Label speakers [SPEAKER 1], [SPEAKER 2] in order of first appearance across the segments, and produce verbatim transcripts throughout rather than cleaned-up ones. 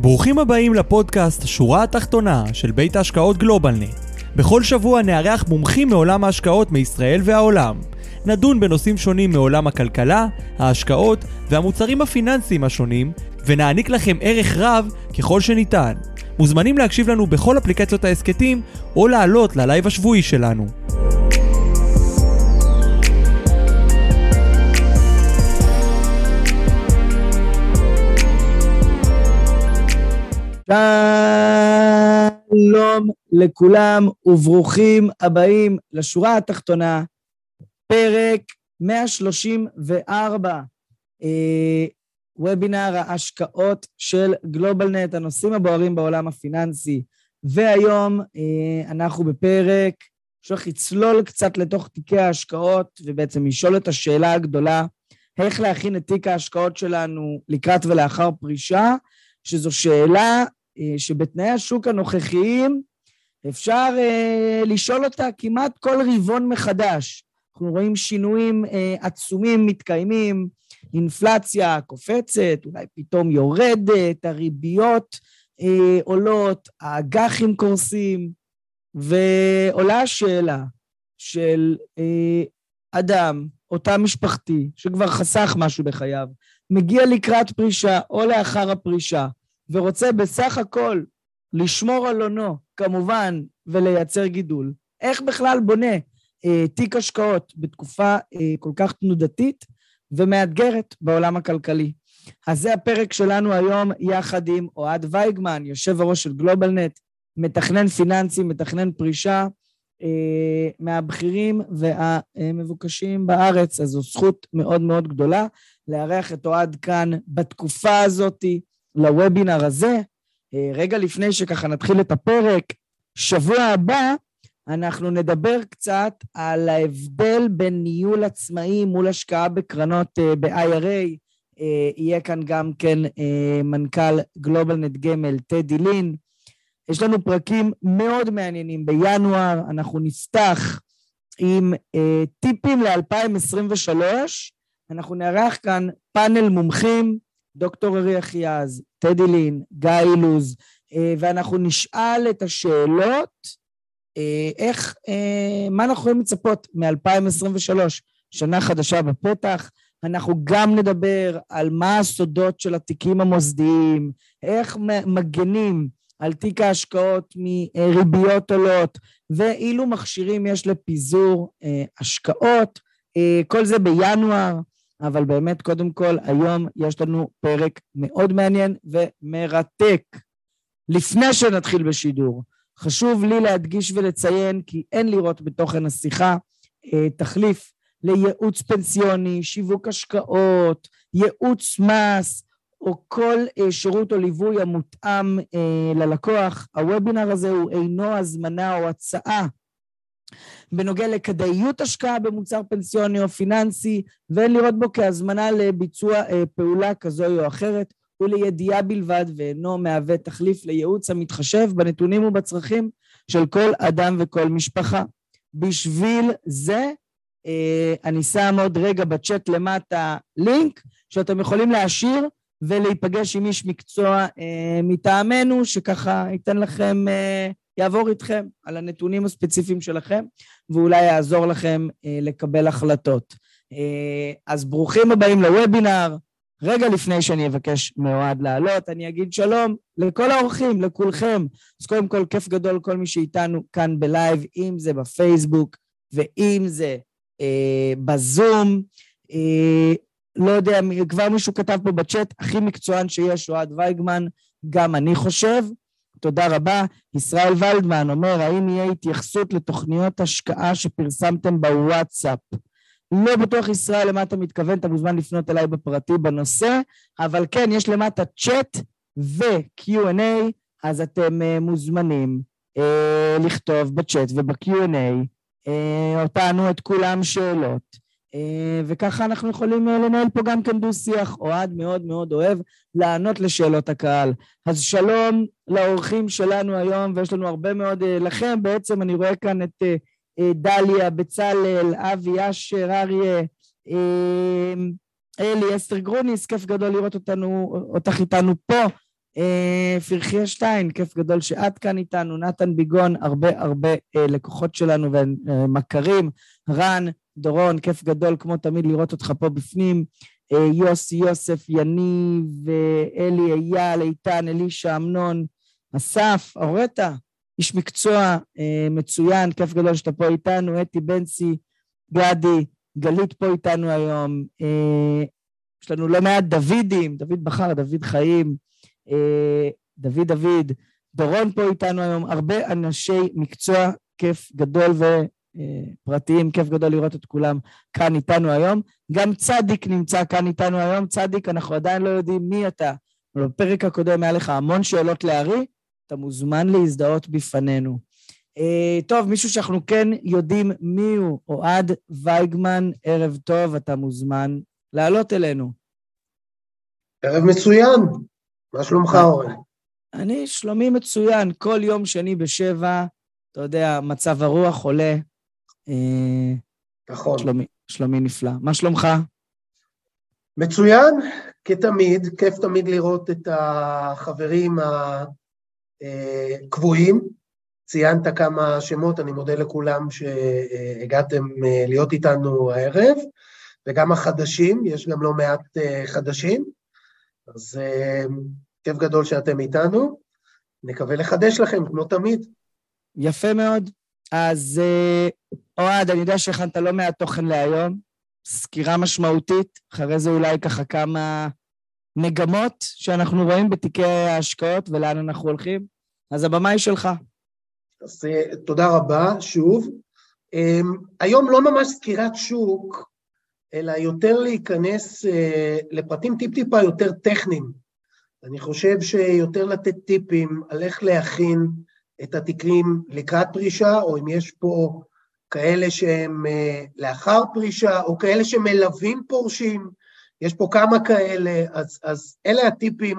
[SPEAKER 1] ברוכים הבאים לפודקאסט שורה התחתונה של בית ההשקעות גלובלנט. בכל שבוע נארח מומחים מעולם ההשקעות מישראל והעולם. נדון בנושאים שונים מעולם הכלכלה, ההשקעות והמוצרים הפיננסיים השונים, ונעניק לכם ערך רב ככל שניתן. מוזמנים להקשיב לנו בכל אפליקציות העסקתים או לעלות ללייב השבועי שלנו.
[SPEAKER 2] שלום לכולם וברוכים הבאים לשורה התחתונה, פרק מאה שלושים וארבע, אה, וובינר ההשקעות של גלובלנט, הנושאים הבוערים בעולם הפיננסי. והיום אה, אנחנו בפרק שהולך לצלול קצת לתוך תיקי ההשקעות, ובעצם לשאול את השאלה הגדולה, איך להכין את תיק ההשקעות שלנו לקראת ולאחר פרישה, שזו שאלה אה, שבתנאי השוק הנוכחיים אפשר אה, לשאול אותה כמעט כל רבעון מחדש. אנחנו רואים שינויים אה, עצומים מתקיימים, אינפלציה קופצת, אולי פתאום יורדת, הריביות אה, עולות, האג"חים קורסים, ועולה השאלה של אה, אדם, אותה משפחתי, שכבר חסך משהו בחייו, מגיע לקראת פרישה או לאחר הפרישה, ורוצה בסך הכל לשמור על הונו, כמובן, ולייצר גידול. איך בכלל בונה אה, תיק השקעות בתקופה אה, כל כך תנודתית ומאתגרת בעולם הכלכלי? אז זה הפרק שלנו היום, יחד עם אוהד וייגמן, יושב הראש של גלובלנט, מתכנן פיננסי, מתכנן פרישה, אה, מהבכירים והמבוקשים בארץ. אז זו זכות מאוד מאוד גדולה לארח את אוהד כאן בתקופה הזאת, לוובינר הזה. רגע לפני שככה נתחיל את הפרק, שבוע הבא אנחנו נדבר קצת על ההבדל בין ניהול עצמאי מול השקעה בקרנות ב-איי אר איי. יהיה כאן גם כן מנכ"ל גלובלנט גמל, טדי לין. יש לנו פרקים מאוד מעניינים בינואר. אנחנו נפתח עם טיפים ל-אלפיים עשרים ושלוש. אנחנו נערך כאן פאנל מומחים, דוקטור ארי אחייז, טדי לין, גיא אילוז, ואנחנו נשאל את השאלות, איך, מה אנחנו יכולים לצפות מ-אלפיים עשרים ושלוש, שנה חדשה בפתח. אנחנו גם נדבר על מה הסודות של התיקים המוסדיים, איך מגנים על תיק ההשקעות מריביות עולות, ואילו מכשירים יש לפיזור השקעות. כל זה בינואר. אבל באמת קודם כל היום יש לנו פרק מאוד מעניין ומרתק. לפני שנתחיל בשידור, חשוב לי להדגיש ולציין כי אין לראות בתוכן השיחה תחליף לייעוץ פנסיוני, שיווק השקעות, ייעוץ מס, או כל שירות או ליווי המותאם ללקוח. הוובינר הזה הוא אינו הזמנה או הצעה בנוגע לכדאיות השקעה במוצר פנסיוני או פיננסי, ואין לראות בו כהזמנה לביצוע פעולה כזו או אחרת, ולידיעה בלבד, ואינו מהווה תחליף לייעוץ המתחשב בנתונים ובצרכים של כל אדם וכל משפחה. בשביל זה, אני שם עוד רגע בצ'אט למטה לינק, שאתם יכולים להשאיר ולהיפגש עם איש מקצוע מטעמנו, שככה ייתן לכם, יעבור איתכם על הנתונים הספציפיים שלכם, ואולי יעזור לכם אה, לקבל החלטות. אה, אז ברוכים הבאים לוובינר. רגע לפני שאני אבקש מאוהד לעלות, אני אגיד שלום לכל האורחים, לכולכם. אז קודם כל, כיף גדול כל מי שאיתנו כאן בלייב, אם זה בפייסבוק, ואם זה אה, בזום. אה, לא יודע, כבר מישהו כתב פה בצ'אט, הכי מקצוען שיש, אוהד וייגמן, גם אני חושב. תודה רבה. ישראל ולדמן אומר, האם יהיה התייחסות לתוכניות השקעה שפרסמתם בוואטסאפ? לא בטוח ישראל למה אתה מתכוון, אתה מוזמן לפנות אליי בפרטי בנושא, אבל כן, יש למטה צ'אט ו-קיו אנד איי, אז אתם uh, מוזמנים uh, לכתוב בצ'אט וב-קיו אנד איי uh, אותנו את כולם שאלות. וככה אנחנו יכולים לנהל פה גם כן דו שיח. אוהד מאוד מאוד אוהב לענות לשאלות הקהל. אז שלום לאורחים שלנו היום, ויש לנו הרבה מאוד לכם. בעצם אני רואה כאן את דליה, בצלאל, אבי, אשר, אריה, אלי, אסתר גרוניס, כיף גדול לראות אותנו, אותך איתנו פה. פרחיה שטיין, כיף גדול שאת כאן איתנו, נתן ביגון, הרבה הרבה לקוחות שלנו ומכרים, רן, דורון, כיף גדול כמו תמיד לראות אותך פה בפנים, יוסי, יוסף, יניב, אלי, אייל, איתן, אלישה, אמנון, אסף, אורטה, איש מקצוע מצוין, כיף גדול שאתה פה איתנו, אתי בנסי, גדי, גלית פה איתנו היום, יש לנו לא מעט דוידים, דוד בחר, דוד חיים, דוד דוד, דורון פה איתנו היום, הרבה אנשי מקצוע, כיף גדול ופרטיים, כיף גדול לראות את כולם כאן איתנו היום, גם צדיק נמצא כאן איתנו היום, צדיק אנחנו עדיין לא יודעים מי אתה, אבל בפרק הקודם היה לך המון שאלות להרי, אתה מוזמן להזדהות בפנינו. טוב, מישהו שאנחנו כן יודעים מי הוא, אוהד וייגמן, ערב טוב, אתה מוזמן לעלות אלינו.
[SPEAKER 3] ערב מצוין. מה שלומך אורן?
[SPEAKER 2] אני שלומי מצוין, כל יום שני בשבע, אתה יודע, מצב הרוח עולה.
[SPEAKER 3] נכון.
[SPEAKER 2] שלומי, שלומי נפלא. מה שלומך?
[SPEAKER 3] מצוין, כתמיד, כיף תמיד לראות את החברים הקבועים. ציינת כמה שמות, אני מודה לכולם שהגעתם להיות איתנו הערב, וגם החדשים, יש גם לא מעט חדשים. אז כיף גדול שאתם איתנו, נקווה לחדש לכם כמו תמיד.
[SPEAKER 2] יפה מאוד. אז אוהד, אני יודע שהכנת לא מעט תוכן להיום, סקירה משמעותית, אחרי זה אולי ככה כמה מגמות שאנחנו רואים בתיקי ההשקעות ולאן אנחנו הולכים, אז הבמה היא שלך.
[SPEAKER 3] אז תודה רבה, שוב. היום לא ממש סקירת שוק, אלא יותר להיכנס לפרטים טיפ-טיפה יותר טכניים. אני חושב שיותר לתת טיפים על איך להכין את התקרים לקראת פרישה, או אם יש פה כאלה שהם לאחר פרישה, או כאלה שמלווים פורשים, יש פה כמה כאלה, אז, אז אלה הטיפים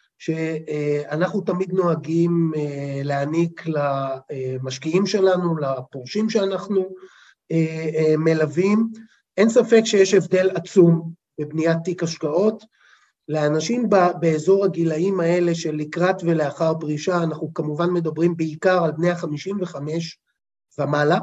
[SPEAKER 3] שאנחנו תמיד נוהגים להעניק למשקיעים שלנו, לפורשים שאנחנו מלווים. אין ספק שיש הבדל עצום בבניית תיק השקעות, לאנשים באזור הגילאים האלה של לקראת ולאחר פרישה, אנחנו כמובן מדברים בעיקר על בני ה-חמישים וחמש ומעלה,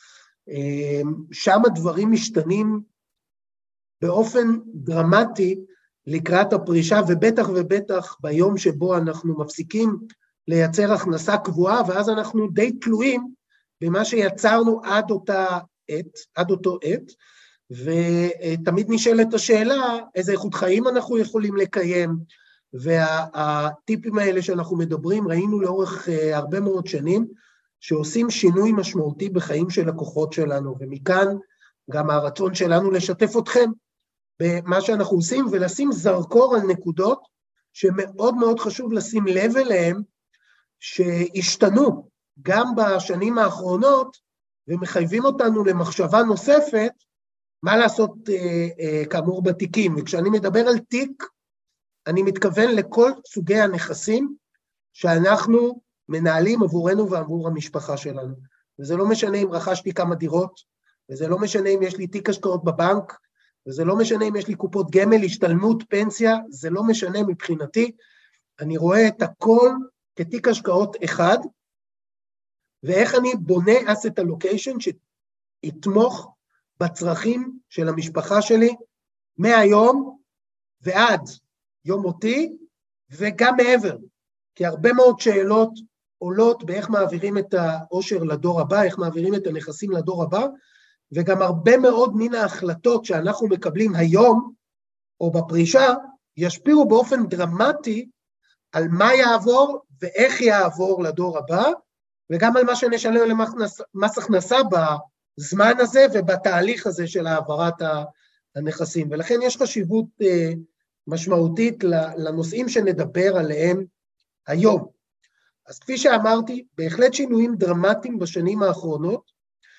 [SPEAKER 3] שם הדברים משתנים באופן דרמטי לקראת הפרישה, ובטח ובטח ביום שבו אנחנו מפסיקים לייצר הכנסה קבועה, ואז אנחנו די תלויים במה שיצרנו עד אותה עת, עד אותו עת, ותמיד נשאלת השאלה, איזה איכות חיים אנחנו יכולים לקיים, והטיפים האלה שאנחנו מדברים, ראינו לאורך הרבה מאוד שנים, שעושים שינוי משמעותי בחיים של לקוחות שלנו, ומכאן גם הרצון שלנו לשתף אתכם במה שאנחנו עושים, ולשים זרקור על נקודות שמאוד מאוד חשוב לשים לב אליהם, שהשתנו גם בשנים האחרונות, ומחייבים אותנו למחשבה נוספת, מה לעשות אה, אה, כאמור בתיקים. וכשאני מדבר על תיק, אני מתכוון לכל סוגי הנכסים שאנחנו מנהלים עבורנו ועבור המשפחה שלנו. וזה לא משנה אם רכשתי כמה דירות, וזה לא משנה אם יש לי תיק השקעות בבנק, וזה לא משנה אם יש לי קופות גמל, השתלמות, פנסיה, זה לא משנה מבחינתי. אני רואה את הכל כתיק השקעות אחד, ואיך אני בונה asset allocation שיתמוך בצרכים של המשפחה שלי, מהיום ועד יום מותי, וגם מעבר, כי הרבה מאוד שאלות עולות באיך מעבירים את העושר לדור הבא, איך מעבירים את הנכסים לדור הבא, וגם הרבה מאוד מן ההחלטות שאנחנו מקבלים היום, או בפרישה, ישפיעו באופן דרמטי על מה יעבור ואיך יעבור לדור הבא, וגם על מה שנשלם למס הכנסה בזמן הזה ובתהליך הזה של העברת הנכסים. ולכן יש חשיבות משמעותית לנושאים שנדבר עליהם היום. אז כפי שאמרתי, בהחלט שינויים דרמטיים בשנים האחרונות,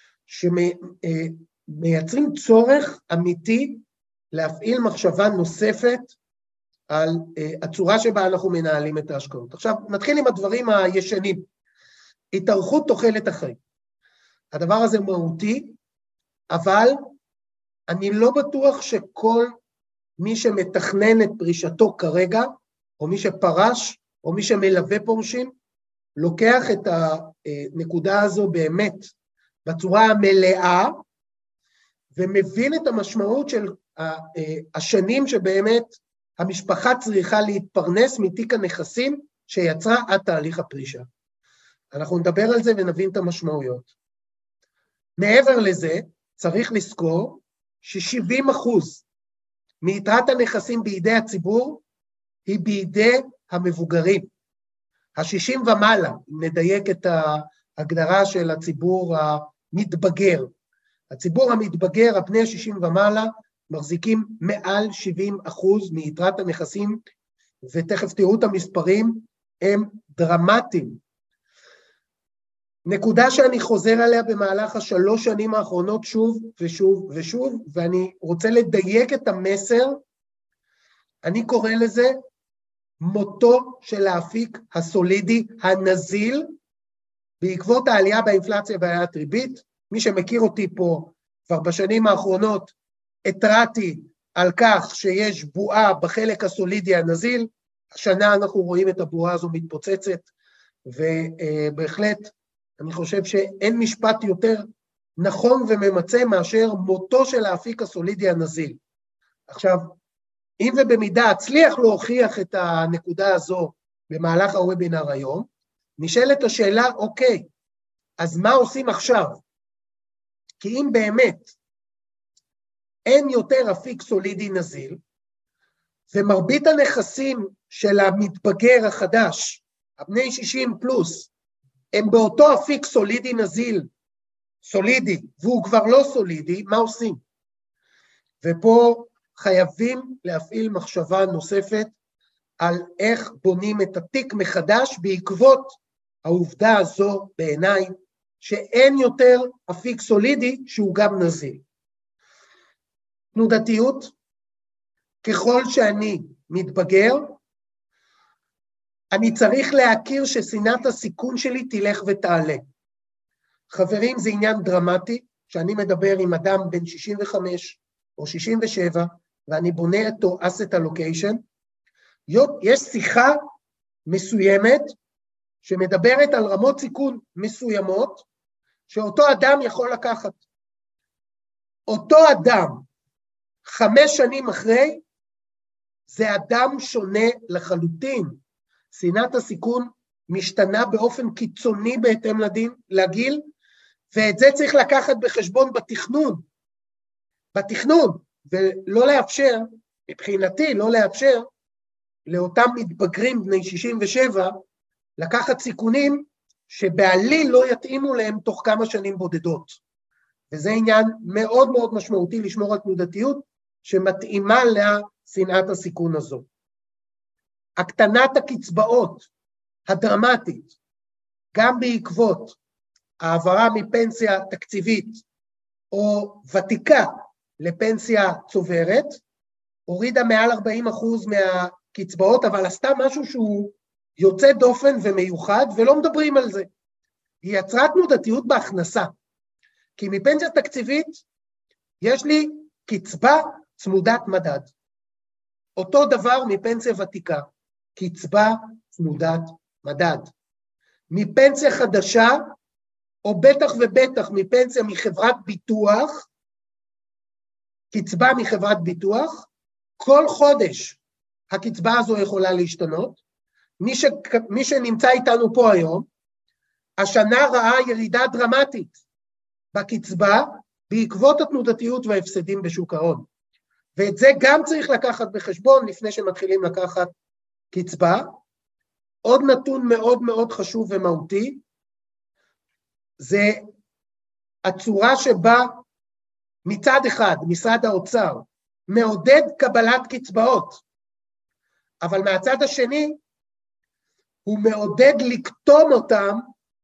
[SPEAKER 3] שמייצרים צורך אמיתי להפעיל מחשבה נוספת על הצורה שבה אנחנו מנהלים את ההשקעות. עכשיו, נתחיל עם הדברים הישנים. התארכות תוחלת החיים. הדבר הזה מהותי, אבל אני לא בטוח שכל מי שמתכנן את פרישתו כרגע, או מי שפרש, או מי שמלווה פורשים, לוקח את הנקודה הזו באמת בצורה המלאה, ומבין את המשמעות של השנים שבאמת המשפחה צריכה להתפרנס מתיק הנכסים שיצרה עד תהליך הפרישה. אנחנו נדבר על זה ונבין את המשמעויות. מעבר לזה, צריך לזכור ש-שבעים אחוז מיתרת הנכסים בידי הציבור היא בידי המבוגרים. ה-שישים ומעלה, אם נדייק את ההגדרה של הציבור המתבגר. הציבור המתבגר, הבני ה-שישים ומעלה, מחזיקים מעל שבעים אחוז מיתרת הנכסים, ותכף תראו את המספרים, הם דרמטיים. נקודה שאני חוזר עליה במהלך השלוש שנים האחרונות שוב ושוב ושוב, ואני רוצה לדייק את המסר, אני קורא לזה מותו של האפיק הסולידי הנזיל, בעקבות העלייה באינפלציה והעליית ריבית. מי שמכיר אותי פה כבר בשנים האחרונות, התרעתי על כך שיש בועה בחלק הסולידי הנזיל, השנה אנחנו רואים את הבועה הזו מתפוצצת, ובהחלט אני חושב שאין משפט יותר נכון וממצא מאשר מותו של האפיק הסולידי הנזיל. עכשיו, אם ובמידה אצליח להוכיח את הנקודה הזו במהלך הוובינר היום, נשאלת השאלה, אוקיי, אז מה עושים עכשיו? כי אם באמת אין יותר אפיק סולידי נזיל, ומרבית הנכסים של המתבגר החדש, הבני שישים פלוס, הם באותו אפיק סולידי נזיל, סולידי, והוא כבר לא סולידי, מה עושים? ופה חייבים להפעיל מחשבה נוספת על איך בונים את התיק מחדש בעקבות העובדה הזו בעיניי, שאין יותר אפיק סולידי שהוא גם נזיל. תנודתיות, ככל שאני מתבגר, אני צריך להכיר ששנאת הסיכון שלי תלך ותעלה. חברים, זה עניין דרמטי, שאני מדבר עם אדם בן שישים וחמש או שישים ושבע, ואני בונה אותו asset allocation, יש שיחה מסוימת, שמדברת על רמות סיכון מסוימות, שאותו אדם יכול לקחת. אותו אדם, חמש שנים אחרי, זה אדם שונה לחלוטין. שנאת הסיכון משתנה באופן קיצוני בהתאם לדין, לגיל, ואת זה צריך לקחת בחשבון בתכנון. בתכנון, ולא לאפשר, מבחינתי לא לאפשר, לאותם מתבגרים בני שישים ושבע, לקחת סיכונים שבעליל לא יתאימו להם תוך כמה שנים בודדות. וזה עניין מאוד מאוד משמעותי לשמור על תנודתיות, שמתאימה לשנאת הסיכון הזו. הקטנת הקצבאות הדרמטית, גם בעקבות העברה מפנסיה תקציבית או ותיקה לפנסיה צוברת, הורידה מעל ארבעים אחוז מהקצבאות, אבל עשתה משהו שהוא יוצא דופן ומיוחד, ולא מדברים על זה. היא יצרה תנודתיות בהכנסה, כי מפנסיה תקציבית יש לי קצבה צמודת מדד. אותו דבר מפנסיה ותיקה, קצבה צמודת מדד. מפנסיה חדשה, או בטח ובטח מפנסיה מחברת ביטוח, קצבה מחברת ביטוח, כל חודש הקצבה הזו יכולה להשתנות. מי, ש... מי שנמצא איתנו פה היום, השנה ראה ירידה דרמטית בקצבה, בעקבות התנודתיות וההפסדים בשוק ההון. ואת זה גם צריך לקחת בחשבון לפני שמתחילים לקחת קצבה. עוד נתון מאוד מאוד חשוב ומהותי, זה הצורה שבה מצד אחד משרד האוצר מעודד קבלת קצבאות, אבל מהצד השני הוא מעודד לקטום אותם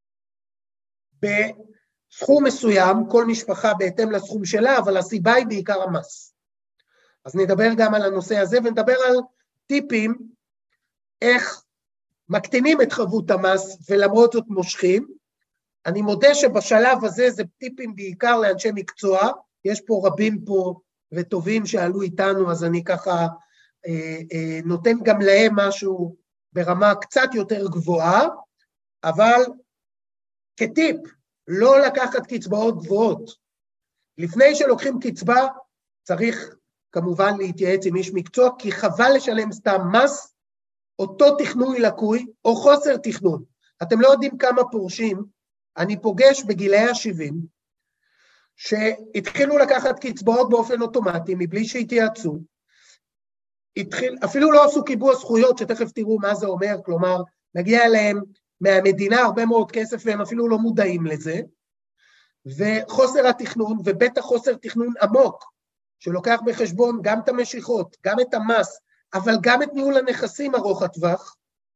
[SPEAKER 3] בסכום מסוים, כל משפחה בהתאם לסכום שלה, אבל הסיבה היא בעיקר המס. אז נדבר גם על הנושא הזה, ונדבר על טיפים, איך מקטינים את חבות המס, ולמרות זאת מושכים. אני מודה שבשלב הזה זה טיפים בעיקר לאנשי מקצוע, יש פה רבים פה וטובים שעלו איתנו, אז אני ככה אה, אה, נותן גם להם משהו ברמה קצת יותר גבוהה, אבל כטיפ, לא לקחת קצבאות גבוהות. לפני שלוקחים קצבה, צריך כמובן להתייעץ עם איש מקצוע, כי חבל לשלם סתם מס, אותו תכנון לקוי, או חוסר תכנון. אתם לא יודעים כמה פורשים, אני פוגש בגילאי ה-שבעים, שהתחילו לקחת קצבאות באופן אוטומטי, מבלי שהתייעצו, התחיל, אפילו לא עשו קיבוע זכויות, שתכף תראו מה זה אומר, כלומר, מגיע להם מהמדינה הרבה מאוד כסף, והם אפילו לא מודעים לזה, וחוסר התכנון, ובטח חוסר תכנון עמוק, שלוקח בחשבון גם את המשיכות, גם את המס, אבל גם את ניהול הנכסים ארוך הטווח,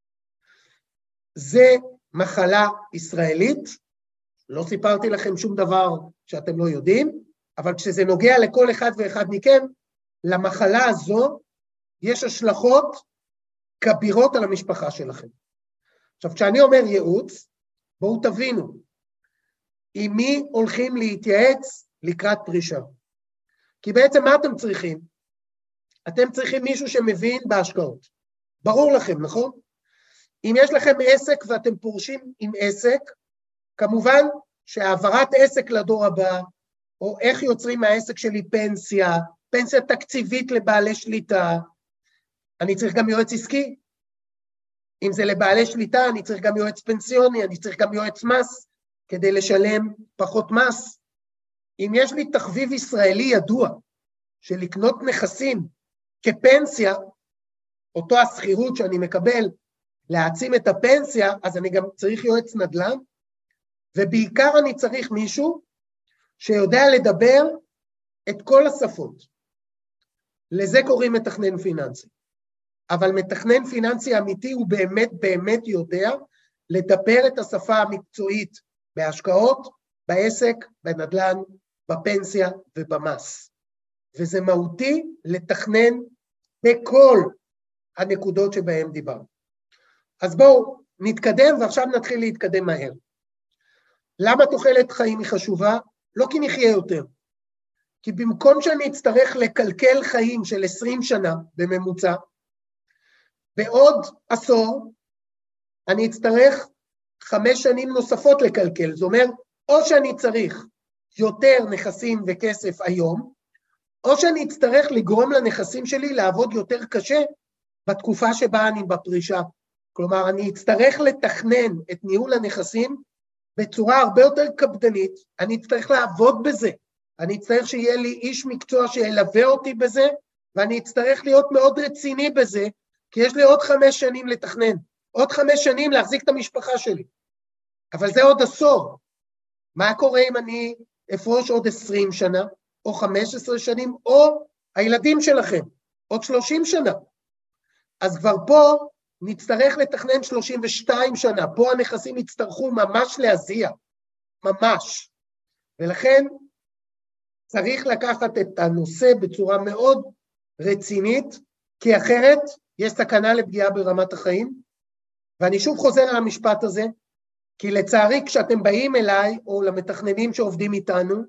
[SPEAKER 3] זה מחלה ישראלית, לא סיפרתי לכם שום דבר שאתם לא יודעים, אבל כשזה נוגע לכל אחד ואחד מכם, למחלה הזו יש השלכות כבירות על המשפחה שלכם. עכשיו, כשאני אומר ייעוץ, בואו תבינו, עם מי הולכים להתייעץ לקראת פרישה? כי בעצם מה אתם צריכים? אתם צריכים מישהו שמבין בהשקעות. ברור לכם, נכון? אם יש לכם עסק ואתם פורשים עם עסק, כמובן שהעברת עסק לדור הבא, או איך יוצרים מהעסק שלי פנסיה, פנסיה תקציבית לבעלי שליטה, אני צריך גם יועץ עסקי. אם זה לבעלי שליטה, אני צריך גם יועץ פנסיוני, אני צריך גם יועץ מס, כדי לשלם פחות מס. אם יש לי תחביב ישראלי ידוע, של לקנות נכסים כפנסיה, אותו הסחירות שאני מקבל, להעצים את הפנסיה, אז אני גם צריך יועץ נדל"ן, ובעיקר אני צריך מישהו שיודע לדבר את כל השפות. לזה קוראים מתכנן פיננסי. אבל מתכנן פיננסי אמיתי הוא באמת באמת יודע לדבר את השפה המקצועית בהשקעות, בעסק, בנדל"ן, בפנסיה ובמס. וזה מהותי לתכנן בכל הנקודות שבהן דיברנו. אז בואו נתקדם, ועכשיו נתחיל להתקדם מהר. למה תוחלת חיים היא חשובה? לא כי נחיה יותר. כי במקום שאני אצטרך לקלקל חיים של עשרים שנה בממוצע, בעוד עשור אני אצטרך חמש שנים נוספות לקלקל. זאת אומרת, או שאני צריך יותר נכסים וכסף היום, או שאני אצטרך לגרום לנכסים שלי לעבוד יותר קשה בתקופה שבה אני בפרישה. כלומר, אני אצטרך לתכנן את ניהול הנכסים בצורה הרבה יותר קפדנית, אני אצטרך לעבוד בזה, אני אצטרך שיהיה לי איש מקצוע שילווה אותי בזה, ואני אצטרך להיות מאוד רציני בזה, כי יש לי עוד חמש שנים לתכנן, עוד חמש שנים להחזיק את המשפחה שלי. אבל זה עוד עשור. מה קורה אם אני אפרוש עוד עשרים שנה, או חמש עשרה שנים, או הילדים שלכם, עוד שלושים שנה? אז כבר פה נצטרך לתכנן שלושים ושתיים שנה, פה הנכסים יצטרכו ממש להזיע, ממש. ולכן צריך לקחת את הנושא בצורה מאוד רצינית, כי אחרת יש סכנה לפגיעה ברמת החיים, ואני שוב חוזר על המשפט הזה, כי לצערי כשאתם באים אליי, או למתכננים שעובדים איתנו,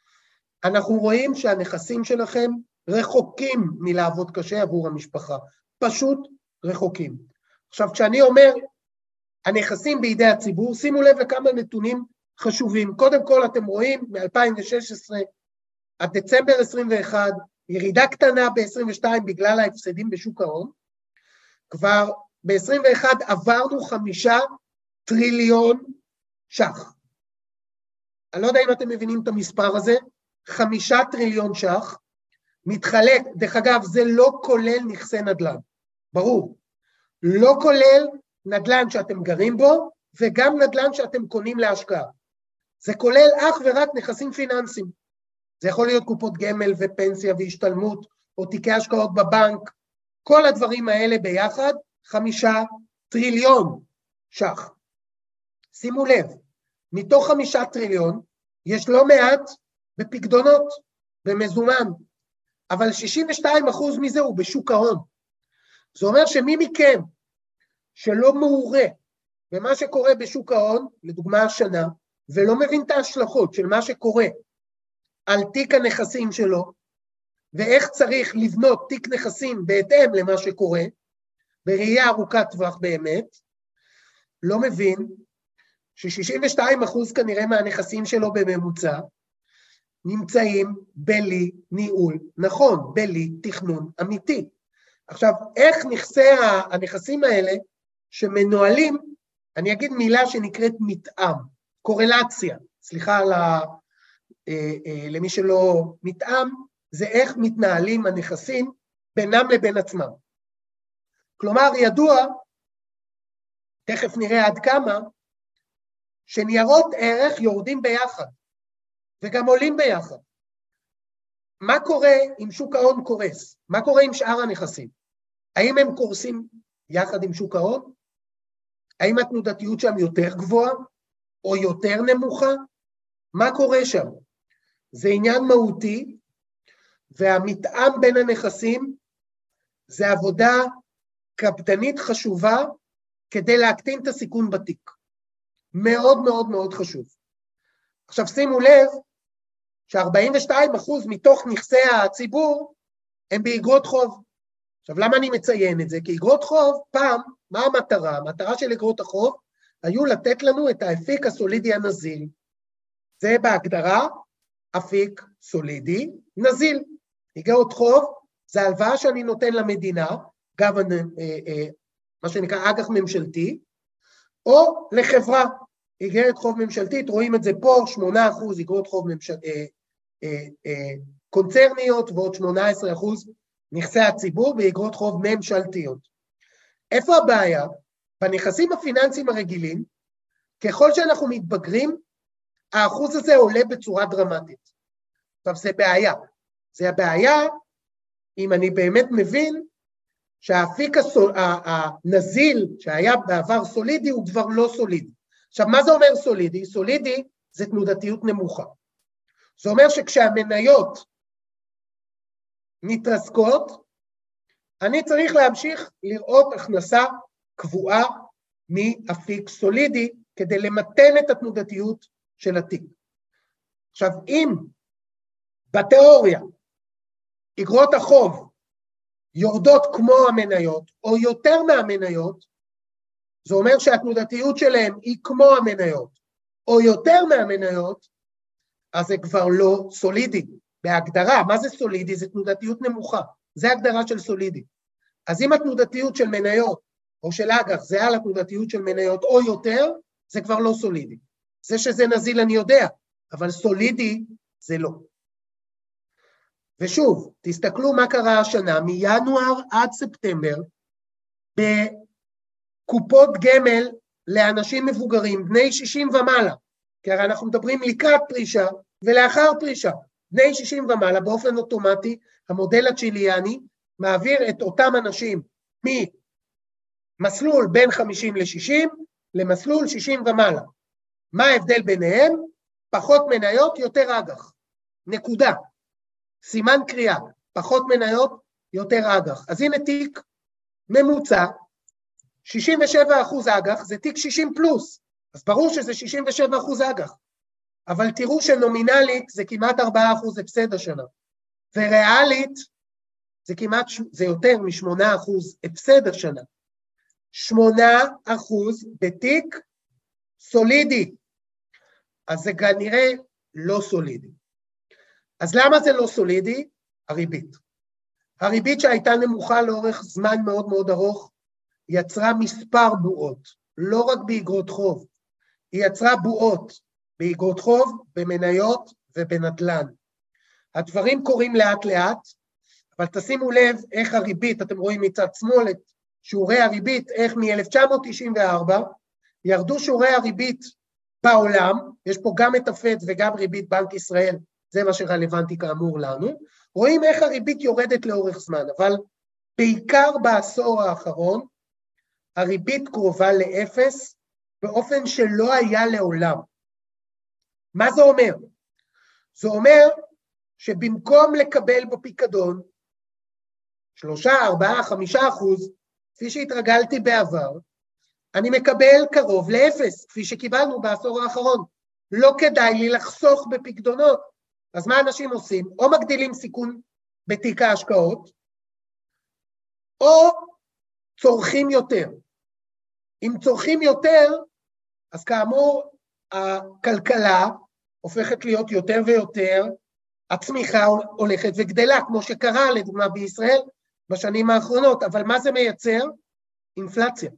[SPEAKER 3] אנחנו רואים שהנכסים שלכם רחוקים מלעבוד קשה עבור המשפחה, פשוט רחוקים. עכשיו, כשאני אומר, הנכסים בידי הציבור, שימו לב לכמה נתונים חשובים. קודם כל, אתם רואים, מ-אלפיים ושש עשרה עד דצמבר עשרים ואחת, ירידה קטנה ב-עשרים ושתיים בגלל ההפסדים בשוק ההון, כבר ב-עשרים ואחת עברנו חמישה טריליון שח. אני לא יודע אם אתם מבינים את המספר הזה, חמישה טריליון שח, מתחלק, דרך אגב, זה לא כולל נכסי נדל"ן, ברור, לא כולל נדל"ן שאתם גרים בו, וגם נדל"ן שאתם קונים להשקעה. זה כולל אך ורק נכסים פיננסיים. זה יכול להיות קופות גמל ופנסיה והשתלמות, או תיקי השקעות בבנק, כל הדברים האלה ביחד, חמישה טריליון שח. שימו לב, מתוך חמישה טריליון, יש לא מעט בפקדונות, במזומן, אבל שישים ושתיים אחוז מזה הוא בשוק ההון. זה אומר שמי מכם שלא מעורה במה שקורה בשוק ההון, לדוגמה השנה, ולא מבין את ההשלכות של מה שקורה על תיק הנכסים שלו, ואיך צריך לבנות תיק נכסים בהתאם למה שקורה, בראייה ארוכת טווח באמת, לא מבין ש-שישים ושתיים אחוז כנראה מהנכסים שלו בממוצע, נמצאים בלי ניהול, נכון, בלי תכנון אמיתי. עכשיו, איך נכסי הנכסים האלה שמנוהלים, אני אגיד מילה שנקראת מתאם, קורלציה, סליחה על ה, אה, אה, למי שלא מתאם, זה איך מתנהלים הנכסים בינם לבין עצמם. כלומר, ידוע, תכף נראה עד כמה, שניירות ערך יורדים ביחד, וגם עולים ביחד. מה קורה אם שוק ההון קורס? מה קורה עם שאר הנכסים? האם הם קורסים יחד עם שוק ההון? האם התנודתיות שם יותר גבוהה או יותר נמוכה? מה קורה שם? זה עניין מהותי, והמתאם בין הנכסים זה עבודה קפדנית חשובה כדי להקטין את הסיכון בתיק. מאוד מאוד מאוד חשוב. עכשיו שימו לב ש-ארבעים ושתיים אחוז מתוך נכסי הציבור הם באגרות חוב. עכשיו למה אני מציין את זה? כי אגרות חוב פעם, מה המטרה? המטרה של אגרות החוב היו לתת לנו את האפיק הסולידי הנזיל. זה בהגדרה אפיק סולידי נזיל. אגרות חוב זה הלוואה שאני נותן למדינה, גם מה שנקרא אג"ח ממשלתי, או לחברה. אגרת חוב ממשלתית, רואים את זה פה, שמונה אחוז אגרות חוב ממשל... אה, אה, אה, קונצרניות, ועוד שמונה עשרה אחוז נכסי הציבור באגרות חוב ממשלתיות. איפה הבעיה? בנכסים הפיננסיים הרגילים, ככל שאנחנו מתבגרים, האחוז הזה עולה בצורה דרמטית. עכשיו זה בעיה. זה הבעיה אם אני באמת מבין שהאפיק הסול... הנזיל שהיה בעבר סולידי הוא כבר לא סולידי. עכשיו, מה זה אומר סולידי? סולידי זה תנודתיות נמוכה. זה אומר שכשהמניות מתרסקות, אני צריך להמשיך לראות הכנסה קבועה מאפיק סולידי, כדי למתן את התנודתיות של התיק. עכשיו, אם בתיאוריה אגרות החוב יורדות כמו המניות, או יותר מהמניות, זה אומר שהתנודתיות שלהם היא כמו המניות, או יותר מהמניות, אז זה כבר לא סולידי. בהגדרה, מה זה סולידי? זה תנודתיות נמוכה. זה הגדרה של סולידי. אז אם התנודתיות של מניות, או של אג"ח, זה על התנודתיות של מניות, או יותר, זה כבר לא סולידי. זה שזה נזיל אני יודע, אבל סולידי זה לא. ושוב, תסתכלו מה קרה השנה, מינואר עד ספטמבר, ב... קופות גמל לאנשים מבוגרים, בני שישים ומעלה, כי הרי אנחנו מדברים לקראת פרישה ולאחר פרישה, בני שישים ומעלה באופן אוטומטי, המודל הצ'יליאני מעביר את אותם אנשים ממסלול בין חמישים ל-שישים למסלול שישים ומעלה. מה ההבדל ביניהם? פחות מניות, יותר אג"ח. נקודה. סימן קריאה, פחות מניות, יותר אג"ח. אז הנה תיק ממוצע, שישים ושבעה אחוז אג"ח, זה תיק שישים פלוס, אז ברור שזה שישים ושבעה אחוז אג"ח, אבל תראו שנומינלית זה כמעט ארבעה אחוז הפסד השנה, וריאלית זה כמעט, זה יותר מ-שמונה אחוז הפסד השנה, שמונה אחוז בתיק סולידי, אז זה כנראה לא סולידי. אז למה זה לא סולידי? הריבית. הריבית שהייתה נמוכה לאורך זמן מאוד מאוד ארוך, יצרה מספר בועות, לא רק באגרות חוב, היא יצרה בועות באגרות חוב, במניות ובנדל"ן. הדברים קורים לאט לאט, אבל תשימו לב איך הריבית, אתם רואים מצד שמאל את שיעורי הריבית, איך מ-אלף תשע מאות תשעים וארבע ירדו שיעורי הריבית בעולם, יש פה גם את הפד וגם ריבית בנק ישראל, זה מה שרלוונטי כאמור לנו, רואים איך הריבית יורדת לאורך זמן, אבל בעיקר בעשור האחרון, הריבית קרובה לאפס, באופן שלא היה לעולם. מה זה אומר? זה אומר שבמקום לקבל בפיקדון, שלושה, ארבעה, חמישה אחוז, כפי שהתרגלתי בעבר, אני מקבל קרוב לאפס, כפי שקיבלנו בעשור האחרון. לא כדאי לי לחסוך בפיקדונות. אז מה אנשים עושים? או מגדילים סיכון בתיק ההשקעות, או צורכים יותר. אם צורכים יותר, אז כאמור, הכלכלה הופכת להיות יותר ויותר, הצמיחה הולכת וגדלה, כמו שקרה לדוגמה בישראל בשנים האחרונות, אבל מה זה מייצר? אינפלציה.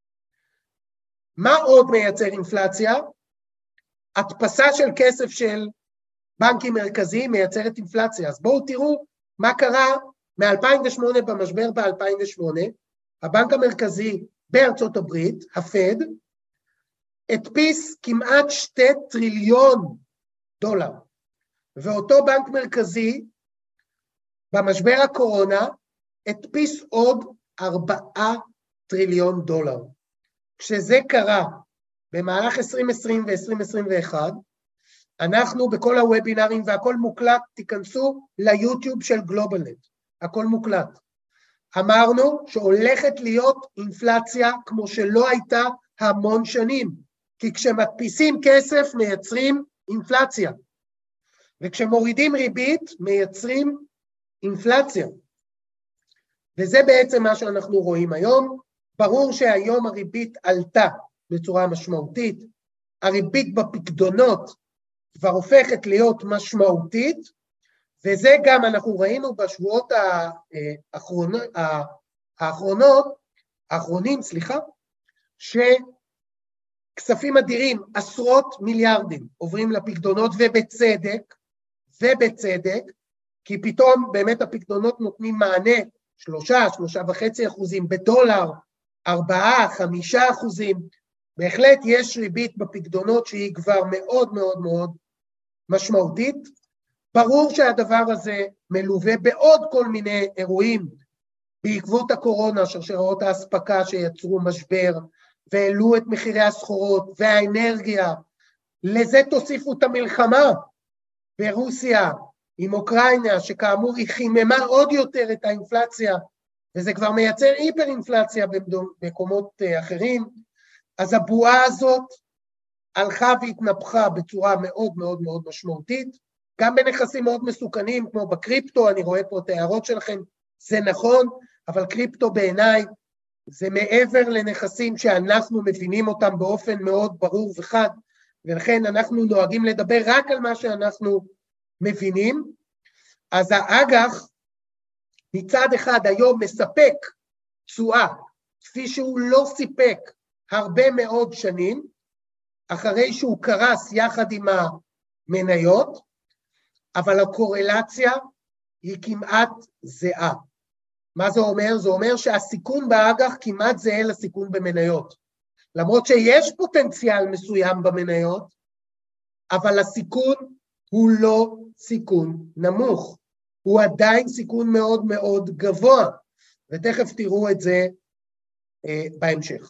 [SPEAKER 3] מה עוד מייצר אינפלציה? הדפסה של כסף של בנקים מרכזיים מייצרת אינפלציה. אז בואו תראו מה קרה מ-אלפיים ושמונה במשבר ב-אלפיים ושמונה, הבנק המרכזי בארצות הברית, הפד, הדפיס כמעט שתי טריליון דולר, ואותו בנק מרכזי במשבר הקורונה הדפיס עוד ארבעה טריליון דולר. כשזה קרה במהלך עשרים עשרים ו-עשרים עשרים ואחת, אנחנו בכל הוובינרים והכל מוקלט, תיכנסו ליוטיוב של גלובלנט, הכל מוקלט. אמרנו שהולכת להיות אינפלציה כמו שלא הייתה המון שנים, כי כשמדפיסים כסף מייצרים אינפלציה, וכשמורידים ריבית מייצרים אינפלציה. וזה בעצם מה שאנחנו רואים היום. ברור שהיום הריבית עלתה בצורה משמעותית, הריבית בפקדונות כבר הופכת להיות משמעותית, וזה גם אנחנו ראינו בשבועות האחרונות, האחרונות, האחרונים, סליחה, שכספים אדירים, עשרות מיליארדים עוברים לפקדונות, ובצדק, ובצדק, כי פתאום באמת הפקדונות נותנים מענה, שלושה, שלושה וחצי אחוזים בדולר, ארבעה, חמישה אחוזים, בהחלט יש ריבית בפקדונות שהיא כבר מאוד מאוד מאוד משמעותית. ברור שהדבר הזה מלווה בעוד כל מיני אירועים, בעקבות הקורונה, שרשראות האספקה שיצרו משבר, והעלו את מחירי הסחורות והאנרגיה, לזה תוסיפו את המלחמה ברוסיה עם אוקראינה, שכאמור היא חיממה עוד יותר את האינפלציה, וזה כבר מייצר היפר אינפלציה במקומות אחרים. אז הבועה הזאת הלכה והתנפחה בצורה מאוד מאוד מאוד משמעותית, גם בנכסים מאוד מסוכנים כמו בקריפטו, אני רואה פה את ההערות שלכם, זה נכון, אבל קריפטו בעיניי זה מעבר לנכסים שאנחנו מבינים אותם באופן מאוד ברור וחד, ולכן אנחנו נוהגים לדבר רק על מה שאנחנו מבינים. אז האג"ח מצד אחד היום מספק תשואה, כפי שהוא לא סיפק הרבה מאוד שנים, אחרי שהוא קרס יחד עם המניות, אבל הקורלציה היא כמעט זהה. מה זה אומר? זה אומר שהסיכון באג"ח כמעט זהה לסיכון במניות. למרות שיש פוטנציאל מסוים במניות, אבל הסיכון הוא לא סיכון נמוך. הוא עדיין סיכון מאוד מאוד גבוה, ותכף תראו את זה אה, בהמשך.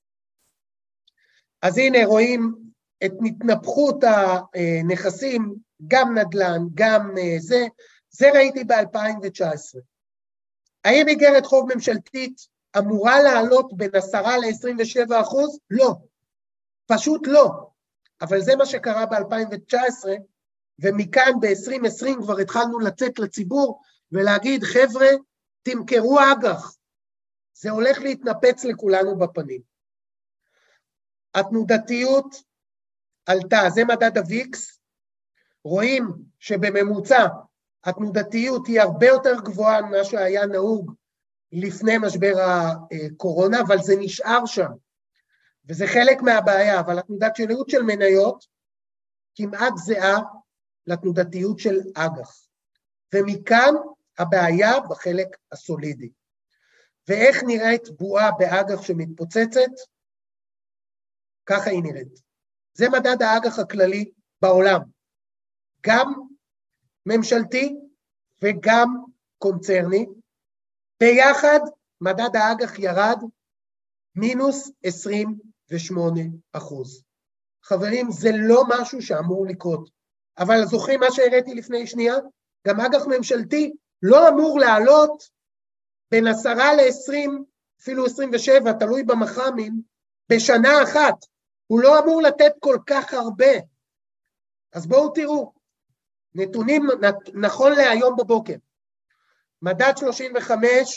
[SPEAKER 3] אז הנה רואים את התנפחות הנכסים, גם נדל"ן, גם זה, זה ראיתי ב-אלפיים תשע עשרה. האם איגרת חוב ממשלתית אמורה לעלות בין עשרה ל-עשרים ושבעה אחוז? לא, פשוט לא. אבל זה מה שקרה ב-אלפיים תשע עשרה, ומכאן ב-עשרים עשרים כבר התחלנו לצאת לציבור ולהגיד, חבר'ה, תמכרו אג"ח. זה הולך להתנפץ לכולנו בפנים. התנודתיות עלתה, זה מדד הוויקס, רואים שבממוצע התנודתיות היא הרבה יותר גבוהה ממה שהיה נהוג לפני משבר הקורונה, אבל זה נשאר שם, וזה חלק מהבעיה, אבל התנודתיות של מניות כמעט זהה לתנודתיות של אג"ח, ומכאן הבעיה בחלק הסולידי. ואיך נראית בועה באג"ח שמתפוצצת? ככה היא נראית. זה מדד האג"ח הכללי בעולם, גם ממשלתי וגם קונצרני, ביחד מדד האג"ח ירד מינוס עשרים ושמונה אחוז. חברים, זה לא משהו שאמור לקרות, אבל זוכרים מה שהראיתי לפני שנייה? גם אג"ח ממשלתי לא אמור לעלות בין עשרה ל-עשרים, אפילו עשרים ושבע, תלוי במח"מים, בשנה אחת. הוא לא אמור לתת כל כך הרבה. אז בואו תראו, נתונים נכון להיום בבוקר. מדד שלושים וחמש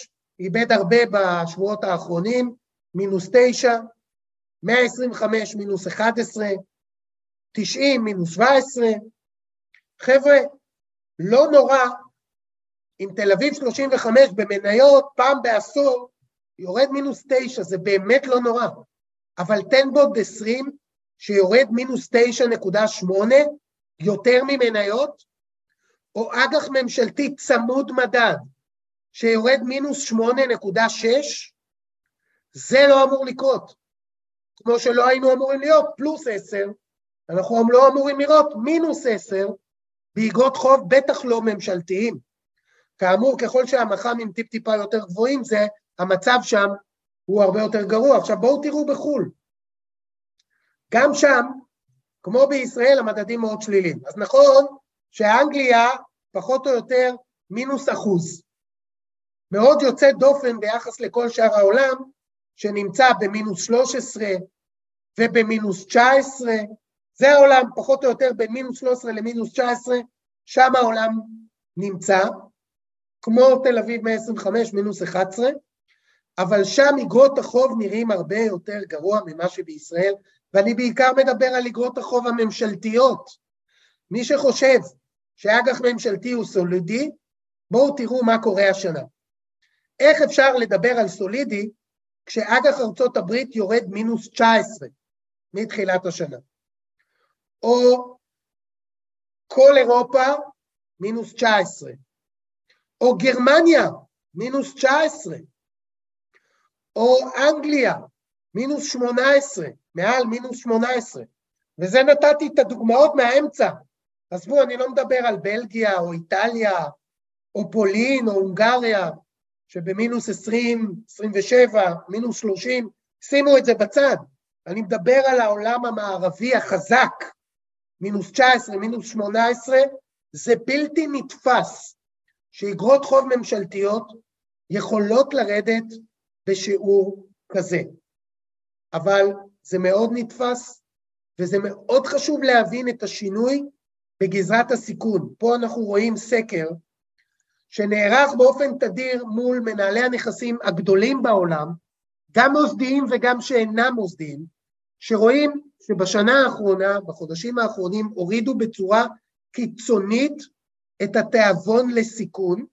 [SPEAKER 3] איבד הרבה בשבועות האחרונים, מינוס תשע, מאה עשרים וחמש מינוס אחת עשרה, תשעים מינוס שבע עשרה, חבר'ה, לא נורא, אם תל אביב שלושים וחמש במניות פעם בעשור, יורד מינוס תשע, זה באמת לא נורא, אבל תן בו עשרים שיורד מינוס תשע נקודה שמונה, יותר ממניות, או אג"ח ממשלתי צמוד מדד, שיורד מינוס שמונה נקודה שש, זה לא אמור לקרות, כמו שלא היינו אמורים להיות פלוס עשר, אנחנו לא אמורים לראות מינוס עשר, באגרות חוב בטח לא ממשלתיים. כאמור, ככל שהמח"מים טיפ טיפה יותר גבוהים, זה המצב שם הוא הרבה יותר גרוע. עכשיו בואו תראו בחול. גם שם, כמו בישראל, המדדים מאוד שליליים. אז נכון שהאנגליה פחות או יותר מינוס אחוז. מאוד יוצא דופן ביחס לכל שאר העולם, שנמצא במינוס שלוש עשרה ובמינוס תשע עשרה, זה העולם פחות או יותר בין מינוס שלוש עשרה למינוס תשע עשרה, שם העולם נמצא, כמו תל אביב מאה עשרים וחמש מינוס אחת עשרה, אבל שם אגרות החוב נראים הרבה יותר גרוע ממה שבישראל, ואני בעיקר מדבר על אגרות החוב הממשלתיות. מי שחושב שאג"ח ממשלתי הוא סולידי, בואו תראו מה קורה השנה. איך אפשר לדבר על סולידי, כשאג"ח ארצות הברית יורד מינוס תשע עשרה, מתחילת השנה. או כל אירופה מינוס תשע עשרה, או גרמניה מינוס תשע עשרה, או אנגליה מינוס שמונה עשרה, מעל מינוס שמונה עשרה, וזה נתתי את הדוגמאות מהאמצע. עזבו, אני לא מדבר על בלגיה או איטליה, או פולין או הונגריה, שבמינוס עשרים, עשרים ושבע, מינוס שלושים, שימו את זה בצד. אני מדבר על העולם המערבי החזק, מינוס תשע עשרה, מינוס שמונה עשרה, זה בלתי נתפס, שאגרות חוב ממשלתיות יכולות לרדת בשיעור כזה. אבל זה מאוד נתפס, וזה מאוד חשוב להבין את השינוי בגזרת הסיכון. פה אנחנו רואים סקר, שנערך באופן תדיר מול מנהלי הנכסים הגדולים בעולם, גם מוסדיים וגם שאינם מוסדיים, שרואים שבשנה האחרונה, בחודשים האחרונים, הורידו בצורה קיצונית את התיאבון לסיכון,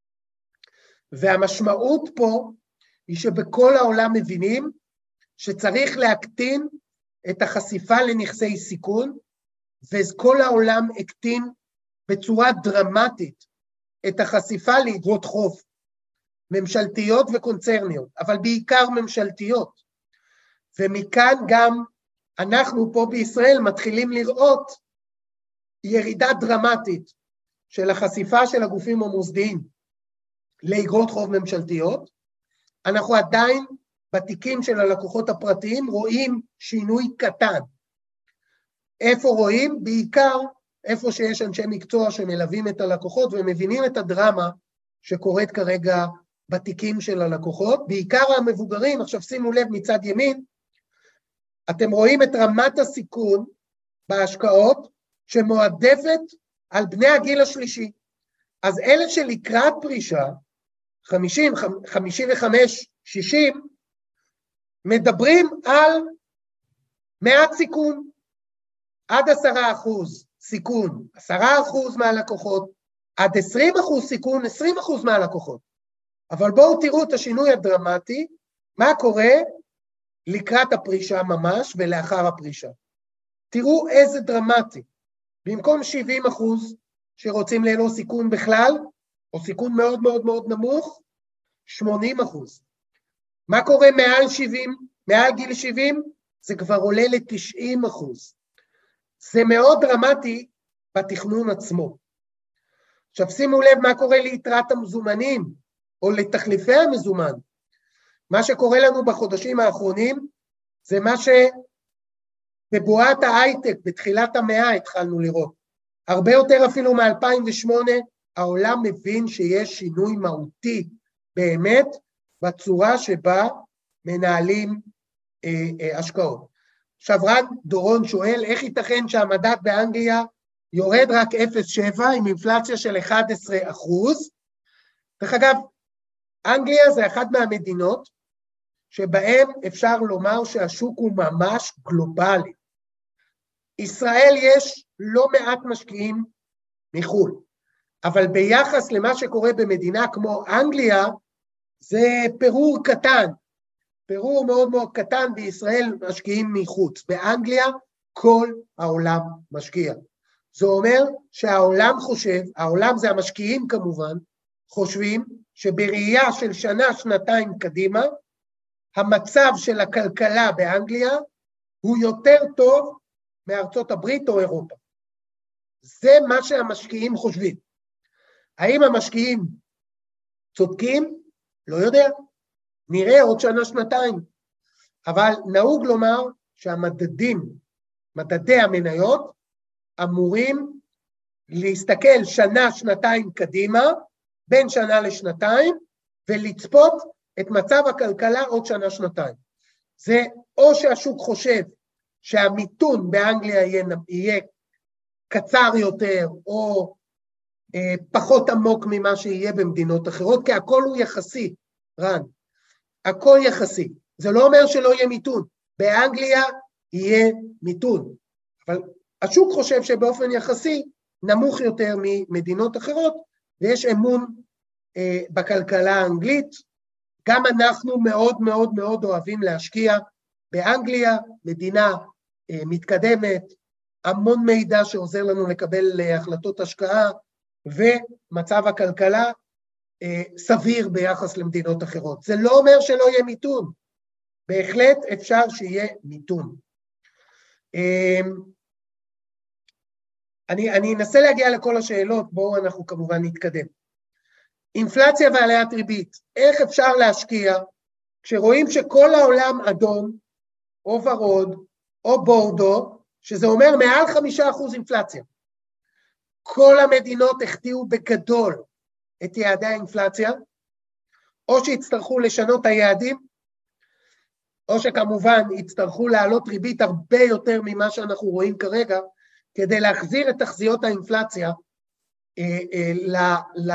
[SPEAKER 3] והמשמעות פה היא שבכל העולם מבינים שצריך להקטין את החשיפה לנכסי סיכון, וכל העולם הקטין בצורה דרמטית את החשיפה לאגרות חוב, ממשלתיות וקונצרניות, אבל בעיקר ממשלתיות. ומכאן גם אנחנו פה בישראל מתחילים לראות ירידה דרמטית של החשיפה של הגופים המוסדיים לאגרות חוב ממשלתיות. אנחנו עדיין בתיקים של הלקוחות הפרטיים רואים שינוי קטן. איפה רואים? בעיקר איפה שיש אנשי מקצוע שמלווים את הלקוחות ומבינים את הדרמה שקורית כרגע בתיקים של הלקוחות, בעיקר המבוגרים. עכשיו שימו לב מצד ימין, אתם רואים את רמת הסיכון בהשקעות שמועדפת על בני הגיל השלישי. אז אלה שלקראת פרישה, חמישים, חמישים וחמש, שישים, מדברים על מעט סיכון, עד עשרה אחוז סיכון, עשרה אחוז מהלקוחות, עד עשרים אחוז סיכון, עשרים אחוז מהלקוחות. אבל בואו תראו את השינוי הדרמטי, מה קורה לקראת הפרישה ממש ולאחר הפרישה. תראו איזה דרמטי. במקום שבעים אחוז שרוצים ללא סיכון בכלל, או סיכון מאוד מאוד מאוד נמוך, שמונים אחוז. מה קורה מעל שבעים, מעל גיל שבעים? זה כבר עולה ל-תשעים אחוז. זה מאוד דרמטי בתכנון עצמו. עכשיו שימו לב מה קורה ליתרת המזומנים, או לתחליפי המזומן. מה שקורה לנו בחודשים האחרונים, זה מה שבבועת ההייטק, בתחילת המאה התחלנו לראות. הרבה יותר אפילו מ-אלפיים ושמונה, העולם מבין שיש שינוי מהותי, באמת, בצורה שבה מנהלים אה, אה, השקעות. עכשיו רן דורון שואל, איך ייתכן שהמדד באנגליה יורד רק אפס נקודה שבע עם אינפלציה של אחד עשר אחוז? דרך אגב, אנגליה זה אחת מהמדינות שבהן אפשר לומר שהשוק הוא ממש גלובלי. ישראל יש לא מעט משקיעים מחול, אבל ביחס למה שקורה במדינה כמו אנגליה, זה פירור קטן, פירור מאוד מאוד קטן, בישראל משקיעים מחוץ, באנגליה כל העולם משקיע. זה אומר שהעולם חושב, העולם זה המשקיעים כמובן, חושבים שבראייה של שנה, שנתיים קדימה, המצב של הכלכלה באנגליה הוא יותר טוב מארצות הברית או אירופה. זה מה שהמשקיעים חושבים. האם המשקיעים צודקים? לא יודע. נראה עוד שנה, שנתיים. אבל נהוג לומר שהמדדים, מדדי המניות, אמורים להסתכל שנה, שנתיים קדימה, בין שנה לשנתיים, ולצפות את מצב הכלכלה עוד שנה, שנתיים. זה או שהשוק חושב שהמיתון באנגליה יהיה, יהיה קצר יותר, או אה, פחות עמוק ממה שיהיה במדינות אחרות, כי הכל הוא יחסי, רן. הכל יחסי. זה לא אומר שלא יהיה מיתון. באנגליה יהיה מיתון. אבל השוק חושב שבאופן יחסי נמוך יותר ממדינות אחרות, ויש אמון אה, בכלכלה האנגלית. גם אנחנו מאוד מאוד מאוד אוהבים להשקיע באנגליה, מדינה אה, מתקדמת, המון מידע שעוזר לנו לקבל אה, החלטות השקעה, ומצב הכלכלה אה, סביר ביחס למדינות אחרות. זה לא אומר שלא יהיה מיתון, בהחלט אפשר שיהיה מיתון. אה, אני, אני אנסה להגיע לכל השאלות, בואו אנחנו כמובן נתקדם. אינפלציה ועליית ריבית, איך אפשר להשקיע כשרואים שכל העולם אדום, או ורוד, או בורדו, שזה אומר מעל חמישה אחוז אינפלציה. כל המדינות החטיאו בגדול את יעדי האינפלציה, או שיצטרכו לשנות היעדים, או שכמובן יצטרכו להעלות ריבית הרבה יותר ממה שאנחנו רואים כרגע, כדי להחזיר את תחזיות האינפלציה אה, אה, ל, ל,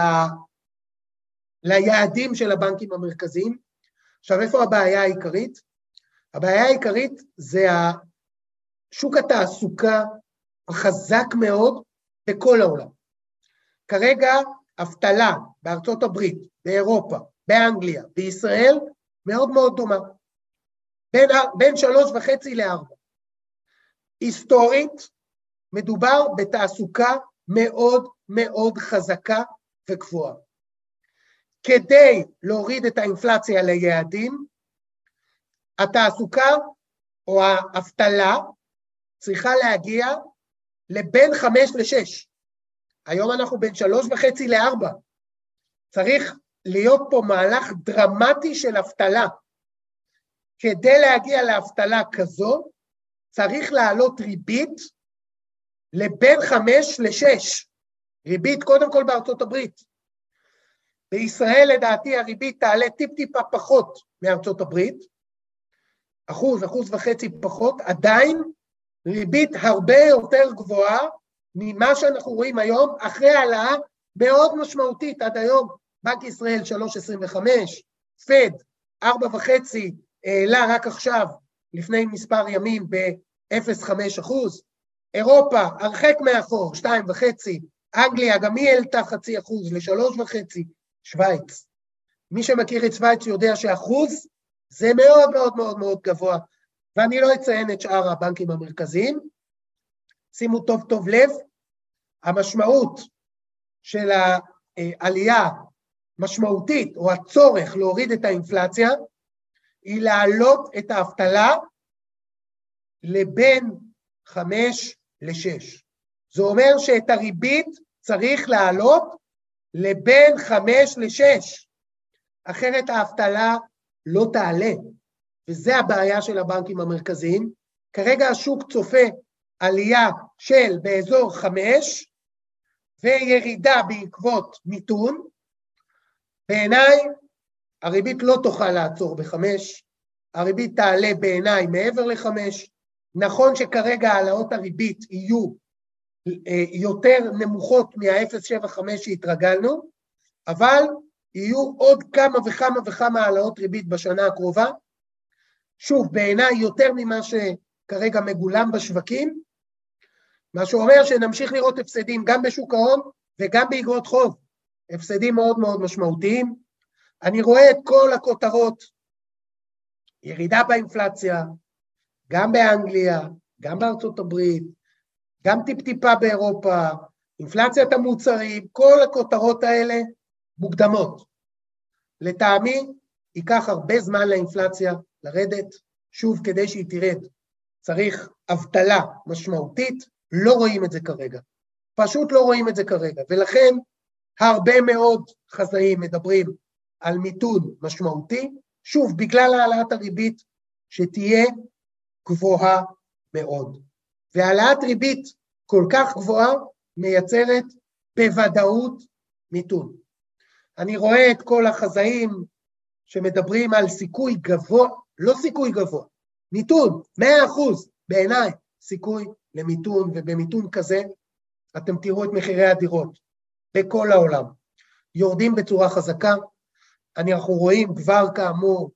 [SPEAKER 3] ליעדים של הבנקים המרכזיים. עכשיו, איפה הבעיה העיקרית? הבעיה העיקרית זה שוק התעסוקה החזק מאוד בכל העולם. כרגע אבטלה בארצות הברית, באירופה, באנגליה, בישראל, מאוד מאוד דומה. בין, בין שלוש וחצי לארבע. היסטורית, מדובר בתעסוקה מאוד מאוד חזקה וגבוהה. כדי להוריד את האינפלציה ליעדים, התעסוקה או האבטלה צריכה להגיע לבין חמש לשש. היום אנחנו בין שלוש וחצי לארבע. צריך להיות פה מהלך דרמטי של אבטלה. כדי להגיע לאבטלה כזו, צריך לעלות ריבית לבין חמש לשש. ריבית קודם כל בארצות הברית. בישראל לדעתי הריבית תעלה טיפ טיפה פחות מארצות הברית, אחוז, אחוז וחצי פחות, עדיין ריבית הרבה יותר גבוהה ממה שאנחנו רואים היום, אחרי העלאה מאוד משמעותית עד היום, בנק ישראל שלוש עשרים וחמש, פד ארבע וחצי, העלה רק עכשיו, לפני מספר ימים ב-אפס נקודה חמש אחוז, אירופה הרחק מאחור, שתיים וחצי, אנגליה גם היא העלתה חצי אחוז לשלוש וחצי, שוויץ. מי שמכיר את שוויץ יודע שאחוז זה מאוד מאוד מאוד מאוד גבוה, ואני לא אציין את שאר הבנקים המרכזיים. שימו טוב טוב לב, המשמעות של העלייה משמעותית, או הצורך להוריד את האינפלציה, היא להעלות את האבטלה לבין חמש לשש. זה אומר שאת הריבית צריך להעלות לבין חמש לשש, אחרת האבטלה לא תעלה, וזה הבעיה של הבנקים המרכזיים. כרגע השוק צופה עלייה של באזור חמש, וירידה בעקבות מיתון. בעיניי, הריבית לא תוכל לעצור בחמש, הריבית תעלה בעיניי מעבר לחמש. נכון שכרגע העלאות הריבית יהיו יותר נמוכות מה-אפס נקודה שבע חמש שהתרגלנו, אבל יהיו עוד כמה וכמה וכמה העלאות ריבית בשנה הקרובה, שוב, בעיניי יותר ממה שכרגע מגולם בשווקים, מה שאומר שנמשיך לראות הפסדים גם בשוק ההון וגם באגרות חוב, הפסדים מאוד מאוד משמעותיים. אני רואה את כל הכותרות, ירידה באינפלציה, גם באנגליה, גם בארצות הברית, גם טיפ-טיפה באירופה, אינפלציית המוצרים, כל הכותרות האלה מוקדמות. לטעמי, ייקח הרבה זמן לאינפלציה לרדת, שוב כדי שהיא תרד, צריך אבטלה משמעותית, לא רואים את זה כרגע, פשוט לא רואים את זה כרגע, ולכן הרבה מאוד חזאים מדברים על מיתון משמעותי, שוב בגלל העלאת הריבית שתהיה גבוהה מאוד, והעלאת ריבית כל כך גבוהה מייצרת בוודאות מיתון. אני רואה את כל החזאים שמדברים על סיכוי גבוה, לא סיכוי גבוה, מיתון, מאה אחוז בעיניי, סיכוי למיתון, ובמיתון כזה אתם תראו את מחירי הדירות בכל העולם, יורדים בצורה חזקה. אנחנו רואים כבר כאמור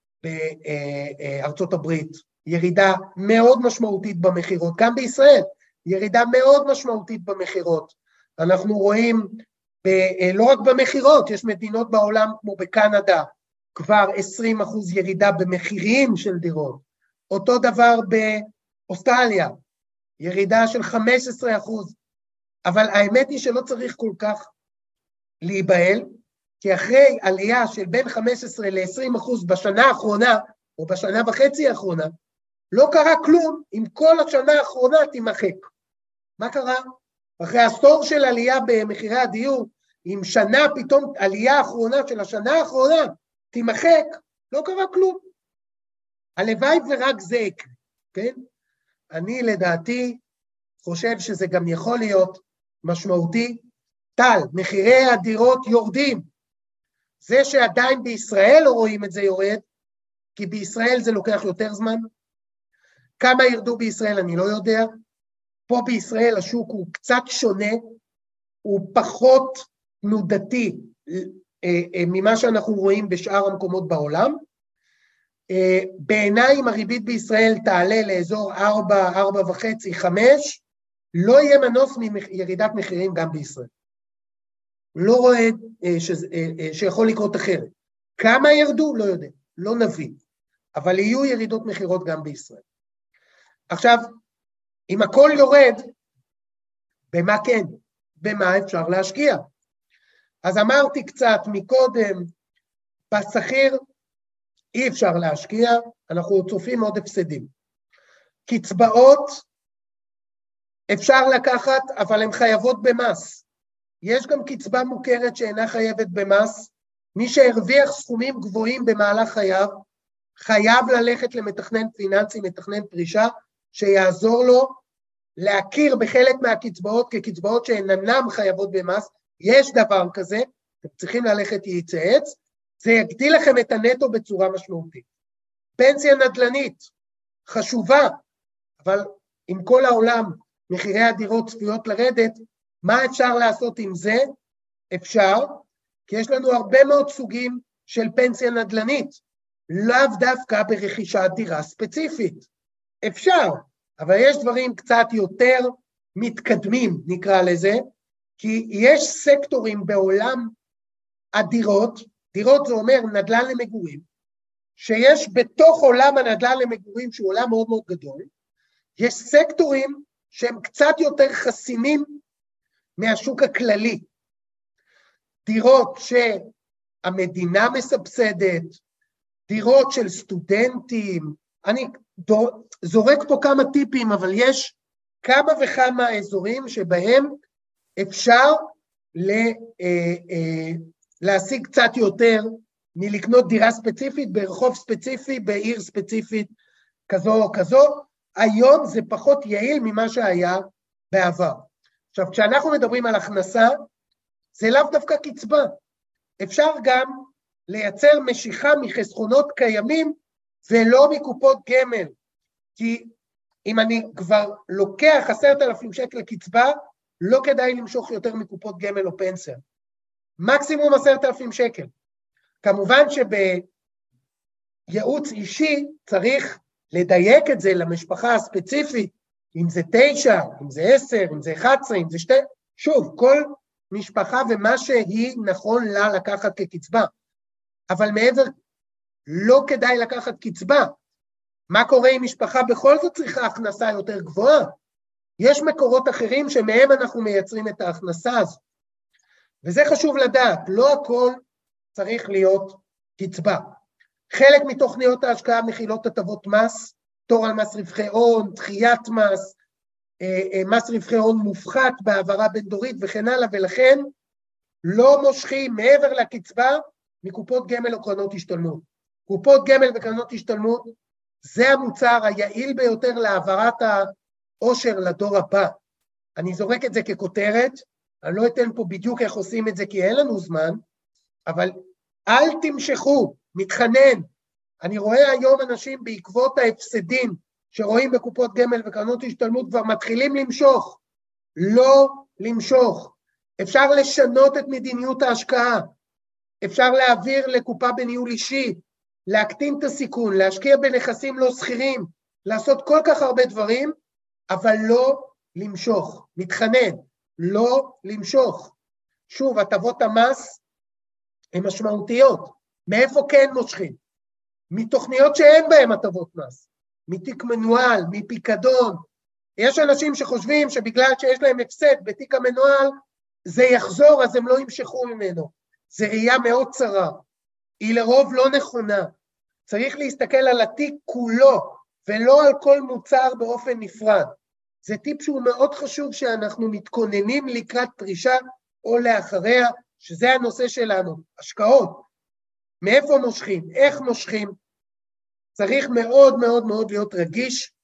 [SPEAKER 3] בארצות הברית, ירידה מאוד משמעותית במחירות, גם בישראל, ירידה מאוד משמעותית במחירות. אנחנו רואים ב- לא רק במחירות, יש מדינות בעולם כמו בקנדה, כבר עשרים אחוז ירידה במחירים של דירות. אותו דבר באוסטרליה, ירידה של חמישה עשר אחוז. אבל האמת היא שלא צריך כל כך להיבהל, כי אחרי עלייה של בין חמישה עשר ל-עשרים אחוז בשנה האחרונה, או בשנה וחצי האחרונה, לא קרה כלום אם כל השנה האחרונה תימחק. מה קרה? אחרי עשור של עלייה במחירי הדיור, אם שנה פתאום עלייה האחרונה של השנה האחרונה תימחק, לא קרה כלום. הלוואי ורק זה יקרה, כן? אני לדעתי חושב שזה גם יכול להיות משמעותי. טל, מחירי הדירות יורדים. זה שעדיין בישראל לא רואים את זה יורד, כי בישראל זה לוקח יותר זמן. כמה ירדו בישראל אני לא יודע. פה בישראל השוק הוא קצת שונה, הוא פחות תנודתי ממה שאנחנו רואים בשאר המקומות בעולם. בעיניי אם הריבית בישראל תעלה לאזור ארבע, ארבע וחצי, חמש, לא יהיה מנוס מירידת מחירים גם בישראל. לא רואה שזה, שיכול לקרות אחרת. כמה ירדו? לא יודע, לא נבין. אבל יהיו ירידות מחירות גם בישראל. עכשיו, אם הכל יורד, במה כן? במה אפשר להשקיע? אז אמרתי קצת מקודם, בסחיר אי אפשר להשקיע, אנחנו צופים עוד הפסדים. קצבאות אפשר לקחת, אבל הן חייבות במס. יש גם קצבה מוכרת שאינה חייבת במס, מי שהרוויח סכומים גבוהים במהלך חייו, חייב ללכת למתכנן פיננסי, מתכנן פרישה, שיעזור לו להכיר בחלק מהקצבאות כקצבאות שאינן חייבות במס. יש דבר כזה, אתם צריכים ללכת להתייעץ, זה יגדיל לכם את הנטו בצורה משמעותית. פנסיה נדל"נית, חשובה, אבל עם כל העולם מחירי הדירות צפויות לרדת, מה אפשר לעשות עם זה? אפשר, כי יש לנו הרבה מאוד סוגים של פנסיה נדל"נית, לאו דווקא ברכישת דירה ספציפית. אפשר, אבל יש דברים קצת יותר מתקדמים, נקרא לזה, כי יש סקטורים בעולם הדירות, דירות זה אומר נדל"ן למגורים, שיש בתוך עולם הנדל"ן למגורים, שהוא עולם מאוד מאוד גדול, יש סקטורים שהם קצת יותר חסינים מהשוק הכללי. דירות שהמדינה מסבסדת, דירות של סטודנטים, אני זורק פה כמה טיפים, אבל יש כמה וכמה אזורים שבהם אפשר להשיג קצת יותר מלקנות דירה ספציפית, ברחוב ספציפי, בעיר ספציפית כזו או כזו. היום זה פחות יעיל ממה שהיה בעבר. עכשיו, כשאנחנו מדברים על הכנסה, זה לאו דווקא קצבה. אפשר גם לייצר משיכה מחסכונות קיימים, ולא מקופות גמל. כי אם אני כבר לוקח עשרת אלפים שקל קצבה, לא כדאי למשוך יותר מקופות גמל או פנסיה. מקסימום עשרת אלפים שקל. כמובן שבייעוץ אישי צריך לדייק את זה למשפחה הספציפית, אם זה תשע, אם זה עשר, אם זה אחת עשרה, אם זה שתי, שוב, כל משפחה ומה שהיא נכון לה לקחת כקצבה, אבל מעבר לא כדאי לקחת קצבה. מה קורה אם משפחה בכל זאת צריכה הכנסה יותר גבוהה? יש מקורות אחרים שמהם אנחנו מייצרים את ההכנסה הזו. וזה חשוב לדעת, לא הכל צריך להיות קצבה. חלק מתוכניות ההשקעה מכילות הטבות מס, תור על מס רווחי הון, דחיית מס, מס רווחי הון מופחת בהעברה בין דורית וכן הלאה, ולכן לא מושכים מעבר לקצבה מקופות גמל או קרנות השתלמות. קופות גמל וקרנות השתלמות זה המוצר היעיל ביותר להעברת העושר לדור הבא. אני זורק את זה ככותרת, אני לא אתן פה בדיוק איך עושים את זה כי אין לנו זמן, אבל אל תמשכו, מתחנן. אני רואה היום אנשים בעקבות ההפסדים שרואים בקופות גמל וקרנות השתלמות כבר מתחילים למשוך. לא למשוך. אפשר לשנות את מדיניות ההשקעה. אפשר להעביר לקופה בניהול אישי, להקטין את הסיכון, להשקיע בנכסים לא סחירים, לעשות כל כך הרבה דברים, אבל לא למשוך. מתחנן, לא למשוך. שוב, הטבות המס הן משמעותיות. מאיפה כן מושכים? מתוכניות שאין בהן הטבות מס. מתיק מנואל, מפיקדון. יש אנשים שחושבים שבגלל שיש להם הפסד בתיק המנואל, זה יחזור, אז הם לא ימשכו ממנו. זה ראייה מאוד צרה. היא לרוב לא נכונה. צריך להסתכל על התיק כולו, ולא על כל מוצר באופן נפרד. זה טיפ שהוא מאוד חשוב שאנחנו מתכוננים לקראת פרישה או לאחריה, שזה הנושא שלנו, השקעות. מאיפה מושכים? איך מושכים? צריך מאוד מאוד מאוד להיות רגיש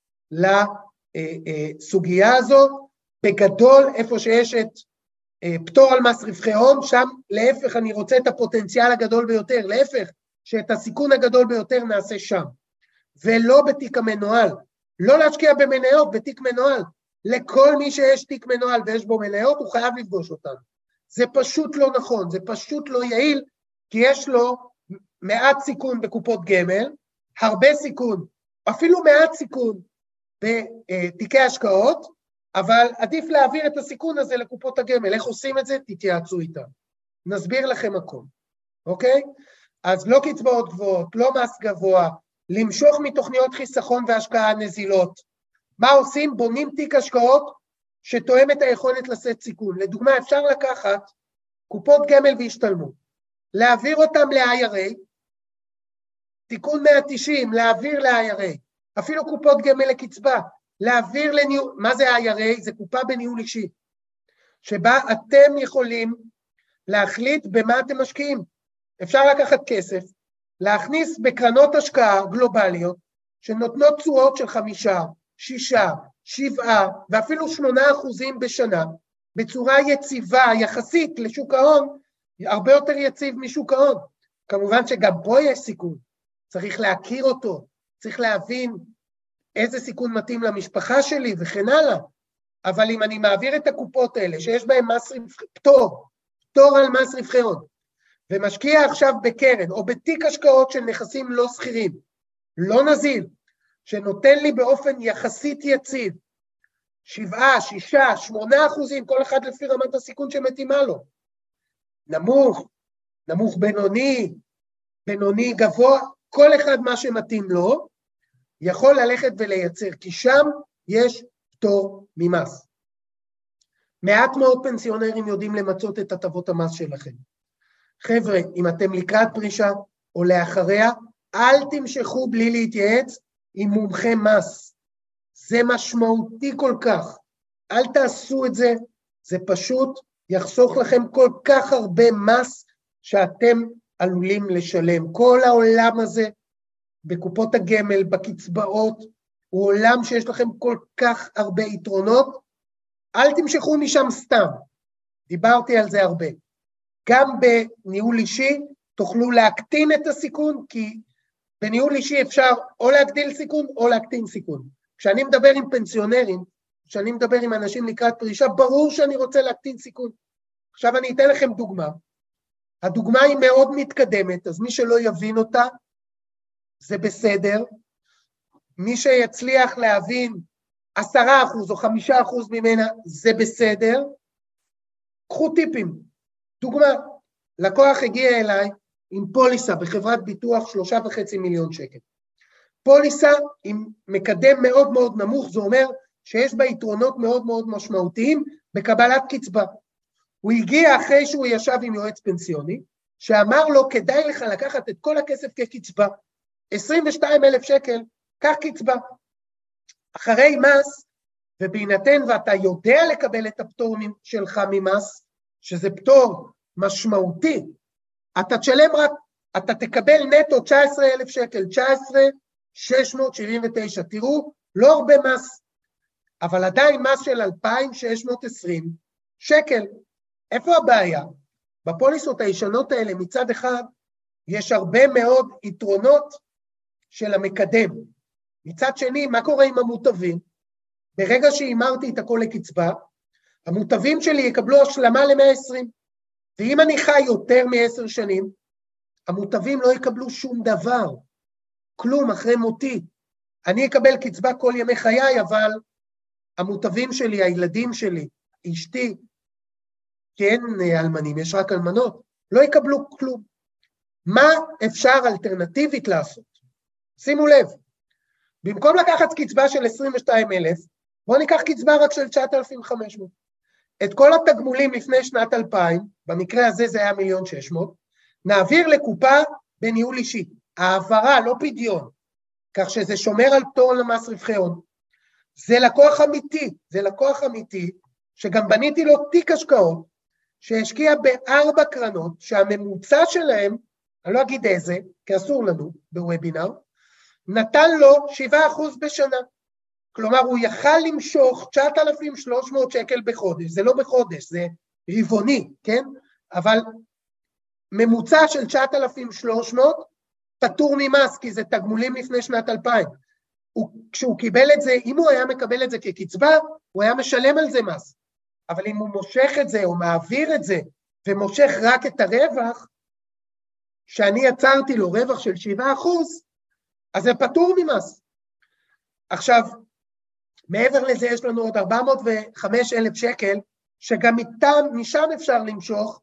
[SPEAKER 3] לסוגיה הזו. בגדול, איפה שיש את פטור על מס רווחי הון, שם להפך אני רוצה את הפוטנציאל הגדול ביותר, להפך שאת הסיכון הגדול ביותר נעשה שם, ולא בתיק המנוהל. לא להשקיע במניות, בתיק מנוהל. לכל מי שיש תיק מנוהל ויש בו מניות, הוא חייב לפגוש אותנו. זה פשוט לא נכון, זה פשוט לא יעיל, כי יש לו מעט סיכון בקופות גמל, הרבה סיכון, אפילו מעט סיכון בתיקי השקעות, אבל עדיף להעביר את הסיכון הזה לקופות הגמל. איך עושים את זה? תתייעצו איתם. נסביר לכם הכל, אוקיי? אז לא קצבאות גבוהות, לא מס גבוה, למשוך מתוכניות חיסכון והשקעה נזילות. מה עושים? בונים תיק השקעות שתואם את היכולת לשאת סיכון. לדוגמה, אפשר לקחת קופות גמל והשתלמות, להעביר אותם ל-איי אר איי, תיקון מאה תשעים, להעביר ל-איי אר איי, אפילו קופות גמל לקצבה, להעביר לניהול, מה זה איי אר איי? זה קופה בניהול אישי, שבה אתם יכולים להחליט במה אתם משקיעים. אפשר לקחת כסף, להכניס בקרנות השקעה גלובליות, שנותנות תשואות של חמישה, שישה, שבעה, ואפילו שמונה אחוזים בשנה, בצורה יציבה, יחסית לשוק ההון, הרבה יותר יציב משוק ההון. כמובן שגם פה יש סיכון, צריך להכיר אותו, צריך להבין איזה סיכון מתאים למשפחה שלי וכן הלאה. אבל אם אני מעביר את הקופות האלה, שיש בהן מס פטור, פטור על מס רווחי הון, ומשקיע עכשיו בקרן, או בתיק השקעות של נכסים לא סחירים, לא נזיל, שנותן לי באופן יחסית יציב, שבעה, שישה, שמונה אחוזים, כל אחד לפי רמת הסיכון שמתאימה לו. נמוך, נמוך בינוני, בינוני גבוה, כל אחד מה שמתאים לו, יכול ללכת ולייצר, כי שם יש פטור ממס. מעט מאוד פנסיונרים יודעים למצות את הטבות המס שלכם. חבר'ה, אם אתם לקראת פרישה או לאחריה, אל תמשכו בלי להתייעץ עם מומחה מס. זה משמעותי כל כך. אל תעשו את זה, זה פשוט יחסוך לכם כל כך הרבה מס שאתם עלולים לשלם. כל העולם הזה, בקופות הגמל, בקצבאות, הוא עולם שיש לכם כל כך הרבה יתרונות, אל תמשכו משם סתם. דיברתי על זה הרבה. גם בניהול אישי תוכלו להקטין את הסיכון, כי בניהול אישי אפשר או להגדיל סיכון או להקטין סיכון. כשאני מדבר עם פנסיונרים, כשאני מדבר עם אנשים לקראת פרישה, ברור שאני רוצה להקטין סיכון. עכשיו אני אתן לכם דוגמה. הדוגמה היא מאוד מתקדמת, אז מי שלא יבין אותה, זה בסדר. מי שיצליח להבין עשרה אחוז או חמישה אחוז ממנה, זה בסדר. קחו טיפים. דוגמה, לקוח הגיע אליי עם פוליסה בחברת ביטוח שלושה וחצי מיליון שקל. פוליסה עם מקדם מאוד מאוד נמוך, זה אומר שיש בה יתרונות מאוד מאוד משמעותיים בקבלת קצבה. הוא הגיע אחרי שהוא ישב עם יועץ פנסיוני, שאמר לו, כדאי לך לקחת את כל הכסף כקצבה, עשרים ושתיים אלף שקל, קח קצבה. אחרי מס, ובהינתן ואתה יודע לקבל את הפטור שלך ממס, שזה פטור משמעותי, אתה תשלם רק, אתה תקבל נטו תשע עשרה אלף שקל, תשע עשרה אלף שש מאות שבעים ותשע, תראו, לא הרבה מס, אבל עדיין מס של אלפיים שש מאות עשרים שקל. איפה הבעיה? בפוליסות הישנות האלה מצד אחד, יש הרבה מאוד יתרונות של המקדם. מצד שני, מה קורה עם המוטבים? ברגע שאימרתי את הכל לקצבה, המוטבים שלי יקבלו השלמה ל-מאה ועשרים, ואם אני חי יותר מ-עשר שנים, המוטבים לא יקבלו שום דבר, כלום אחרי מותי. אני אקבל קצבה כל ימי חיי, אבל המוטבים שלי, הילדים שלי, אשתי, כי אין אלמנים, יש רק אלמנות, לא יקבלו כלום. מה אפשר אלטרנטיבית לעשות? שימו לב, במקום לקחת קצבה של עשרים ושתיים אלף, בואו ניקח קצבה רק של תשעת אלפים וחמש מאות. את כל התגמולים לפני שנת אלפיים, במקרה הזה זה היה מיליון שש מאות, נעביר לקופה בניהול אישי. העברה, לא פדיון, כך שזה שומר על פטור למס רווחי הון. זה לקוח אמיתי, זה לקוח אמיתי, שגם בניתי לו תיק השקעות, שהשקיע בארבע קרנות, שהממוצע שלהם, אני לא אגיד איזה, כי אסור לנו בוובינר, נתן לו שבעה אחוז בשנה. כלומר, הוא יכל למשוך תשעת אלפים ושלוש מאות שקל בחודש, זה לא בחודש, זה רבעוני, כן? אבל ממוצע של תשעת אלפים ושלוש מאות, פטור ממס, כי זה תגמולים לפני שנת אלפיים. הוא, כשהוא קיבל את זה, אם הוא היה מקבל את זה כקצבה, הוא היה משלם על זה מס. אבל אם הוא מושך את זה, או מעביר את זה, ומושך רק את הרווח, שאני יצרתי לו רווח של שבעה אחוז, אז זה פטור ממס. עכשיו, מעבר לזה יש לנו עוד ארבע מאות וחמישה אלף שקל, שגם איתם, משם אפשר למשוך,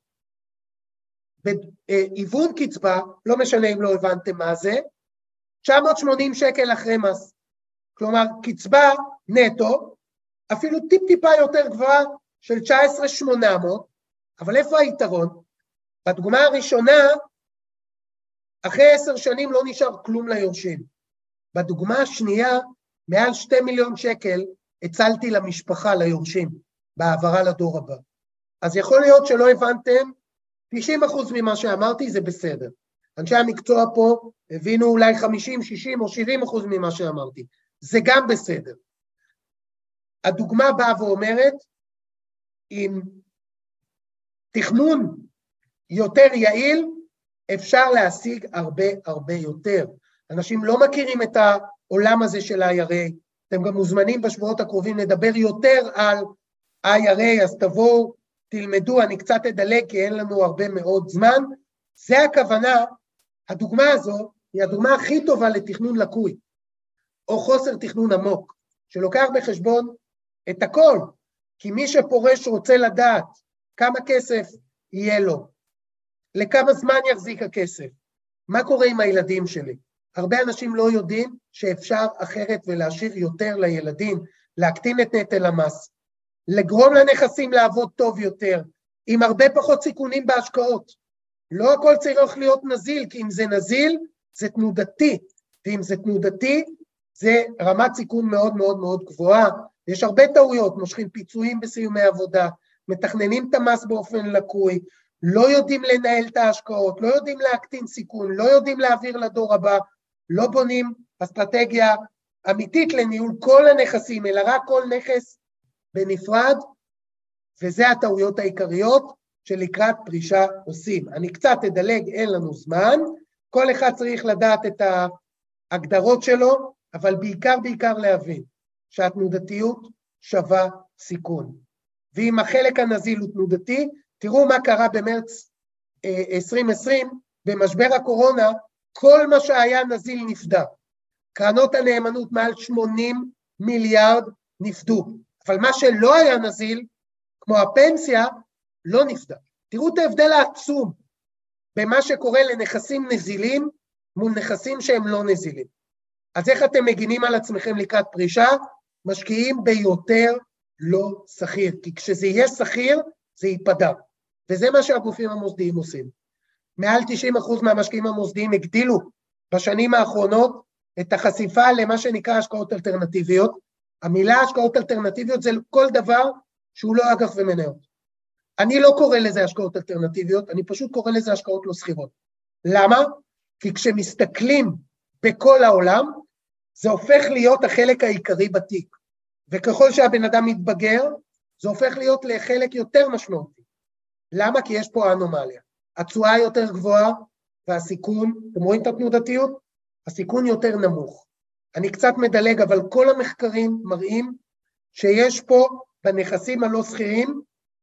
[SPEAKER 3] בהיוון קצבה, לא משנה אם לא הבנתם מה זה, תשע מאות ושמונים שקל אחרי מס. כלומר, קצבה נטו, אפילו טיפ טיפה יותר גבוהה, של תשע עשרה אלף שמונה מאות, אבל איפה היתרון? בדוגמה הראשונה, אחרי עשר שנים לא נשאר כלום ליורשים. בדוגמה השנייה, מעל שתי מיליון שקל, הצלתי למשפחה, ליורשים, בעברה לדור הבא. אז יכול להיות שלא הבנתם, תשעים אחוז ממה שאמרתי זה בסדר. אנשי המקצוע פה הבינו אולי חמישים, שישים או שבעים אחוז ממה שאמרתי. זה גם בסדר. הדוגמה באה ואומרת, עם תכנון יותר יעיל, אפשר להשיג הרבה הרבה יותר. אנשים לא מכירים את העולם הזה של ה-איי אר איי, אתם גם מוזמנים בשבועות הקרובים לדבר יותר על איי אר איי, אז תבואו, תלמדו, אני קצת אדלג כי אין לנו הרבה מאוד זמן. זה הכוונה, הדוגמה הזו היא הדוגמה הכי טובה לתכנון לקוי, או חוסר תכנון עמוק, שלוקח בחשבון את הכל, כי מי שפורש רוצה לדעת כמה כסף יהיה לו, לכמה זמן יחזיק הכסף, מה קורה עם הילדים שלי. הרבה אנשים לא יודעים שאפשר אחרת ולהשאיר יותר לילדים, להקטין את נטל המס, לגרום לנכסים לעבוד טוב יותר, עם הרבה פחות סיכונים בהשקעות. לא הכל צריך להיות נזיל, כי אם זה נזיל, זה תנודתי, ואם זה תנודתי, זה רמת סיכון מאוד מאוד מאוד גבוהה. יש הרבה טעויות, מושכים פיצויים בסיומי עבודה, מתכננים את המס באופן לקוי, לא יודעים לנהל את ההשקעות, לא יודעים להקטין סיכון, לא יודעים להעביר לדור הבא, לא בונים אסטרטגיה אמיתית לניהול כל הנכסים, אלא רק כל נכס בנפרד, וזה הטעויות העיקריות שלקראת פרישה עושים. אני קצת אדלג, אין לנו זמן, כל אחד צריך לדעת את ההגדרות שלו, אבל בעיקר בעיקר להבין שהתנודתיות שווה סיכון. ואם החלק הנזיל הוא תנודתי, תראו מה קרה במרץ עשרים עשרים, במשבר הקורונה, כל מה שהיה נזיל נפדה. קרנות הנאמנות מעל שמונים מיליארד נפדו, אבל מה שלא היה נזיל, כמו הפנסיה, לא נפדה. תראו את ההבדל העצום במה שקורה לנכסים נזילים מול נכסים שהם לא נזילים. אז איך אתם מגינים על עצמכם לקראת פרישה? משקיעים ביותר לא סחיר, כי כשזה יהיה סחיר, זה ייפדה. וזה מה שהגופים המוסדיים עושים. מעל תשעים אחוז מהמשקיעים המוסדיים הגדילו בשנים האחרונות את החשיפה למה שנקרא השקעות אלטרנטיביות. המילה השקעות אלטרנטיביות זה כל דבר שהוא לא אג"ח ומניות. אני לא קורא לזה השקעות אלטרנטיביות, אני פשוט קורא לזה השקעות לא סחירות. למה? כי כשמסתכלים בכל העולם, זה הופך להיות החלק העיקרי בתיק. וככל שהבן אדם מתבגר, זה הופך להיות לחלק יותר משמעותי. למה? כי יש פה אנומליה. התשואה יותר גבוהה, והסיכון, אתם רואים את התנודתיות? הסיכון יותר נמוך. אני קצת מדלג, אבל כל המחקרים מראים שיש פה בנכסים הלא סחירים,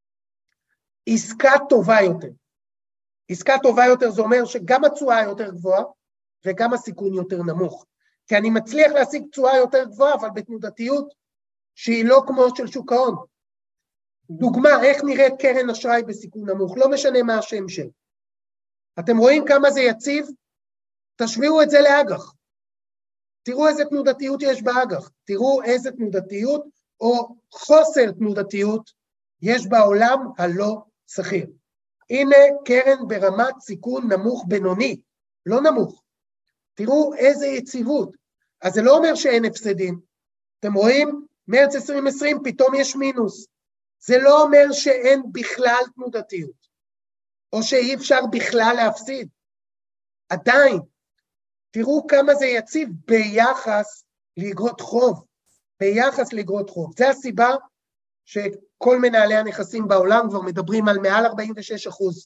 [SPEAKER 3] עסקה טובה יותר. עסקה טובה יותר זה אומר שגם התשואה יותר גבוהה, וגם הסיכון יותר נמוך. כי אני מצליח להשיג תשואה יותר גבוהה, אבל בתנודתיות שהיא לא כמו של שוק ההון. דוגמה, איך נראית קרן אשראי בסיכון נמוך, לא משנה מה השם של. אתם רואים כמה זה יציב? תשוויעו את זה לאג"ח. תראו איזה תנודתיות יש באג"ח, תראו איזה תנודתיות או חוסר תנודתיות יש בעולם הלא סחיר. הנה קרן ברמת סיכון נמוך בינוני, לא נמוך. תראו איזה יציבות. אז זה לא אומר שאין הפסדים. אתם רואים? מרץ עשרים עשרים פתאום יש מינוס. זה לא אומר שאין בכלל תנודתיות, או שאי אפשר בכלל להפסיד. עדיין, תראו כמה זה יציב ביחס לאגרות חוב, ביחס לאגרות חוב. זה הסיבה שכל מנהלי הנכסים בעולם כבר מדברים על מעל ארבעים ושש אחוז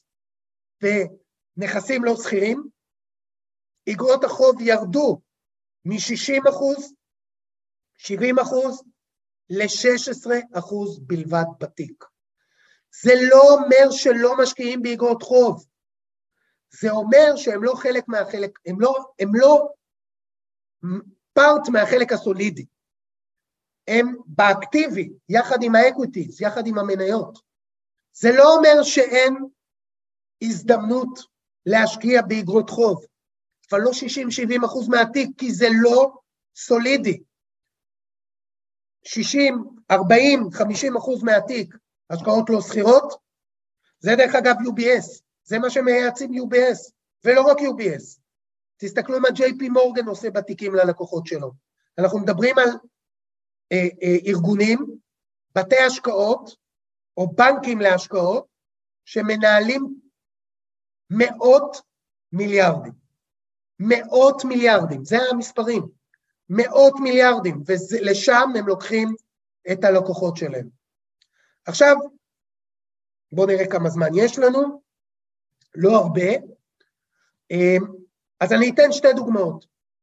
[SPEAKER 3] ונכסים לא סחירים. אגרות החוב ירדו מ-שישים אחוז, שבעים אחוז, ל-שש עשרה אחוז בלבד בתיק. זה לא אומר שלא משקיעים באגרות חוב. זה אומר שהם לא חלק מהחלק, הם לא, הם לא פארט מהחלק הסולידי. הם באקטיבי, יחד עם האקוויטיז, יחד עם המניות. זה לא אומר שאין הזדמנות להשקיע באגרות חוב, אבל לא שישים שבעים אחוז מהתיק, כי זה לא סולידי. שישים, ארבעים, חמישים אחוז מהתיק, השקעות לא סחירות, זה דרך אגב יו בי אס, זה מה שמייעצים יו בי אס, ולא רק יו בי אס. תסתכלו מה ג'יי פי מורגן עושה בתיקים ללקוחות שלו. אנחנו מדברים על אה, אה, ארגונים, בתי השקעות, או בנקים להשקעות, שמנהלים מאות מיליארדים. מאות מיליארדים, זה המספרים. מאות מיליארדים, ולשם הם לוקחים את הלקוחות שלהם. עכשיו, בואו נראה כמה זמן יש לנו, לא הרבה, אז אני אתן שתי דוגמאות.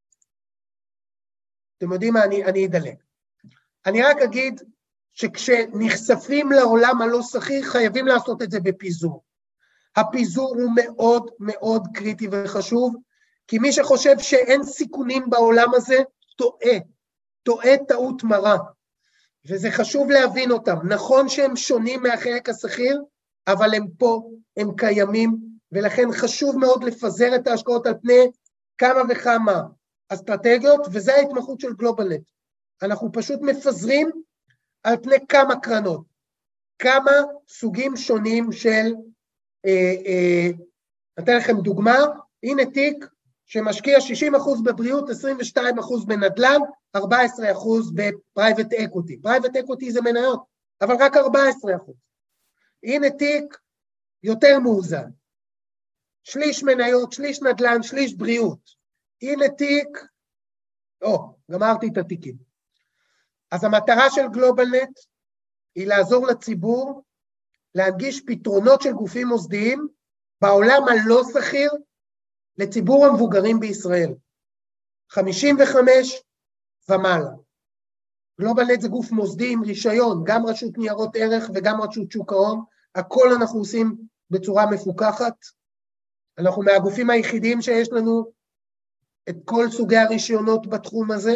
[SPEAKER 3] אתם יודעים מה, אני, אני אדלג. אני רק אגיד שכשנחשפים לעולם הלא סחיר, חייבים לעשות את זה בפיזור. הפיזור הוא מאוד מאוד קריטי וחשוב, כי מי שחושב שאין סיכונים בעולם הזה, טועה, טועה טעות מרה, וזה חשוב להבין אותם. נכון שהם שונים מהחלק הסחיר, אבל הם פה, הם קיימים, ולכן חשוב מאוד לפזר את ההשקעות על פני כמה וכמה אסטרטגיות, וזה ההתמחות של גלובלנט. אנחנו פשוט מפזרים על פני כמה קרנות, כמה סוגים שונים של, אה, אה, נתן לכם דוגמה, הנה תיק, שמשקיע שישים אחוז בבריאות, עשרים ושתיים אחוז בנדל"ן, ארבעה עשר אחוז בפרייבט אקוטי. פרייבט אקוטי זה מניות, אבל רק ארבעה עשר אחוז. הנה תיק יותר מאוזן. שליש מניות, שליש נדל"ן, שליש בריאות. הנה תיק, או, גמרתי את התיקים. אז המטרה של גלובלנט היא לעזור לציבור, להנגיש פתרונות של גופים מוסדיים, בעולם הלא סחיר, לציבור המבוגרים בישראל, חמישים וחמש ומעלה. גלובלנט זה גוף מוסדי עם רישיון, גם רשות ניירות ערך וגם רשות שוק ההון, הכל אנחנו עושים בצורה מפוקחת, אנחנו מהגופים היחידים שיש לנו את כל סוגי הרישיונות בתחום הזה.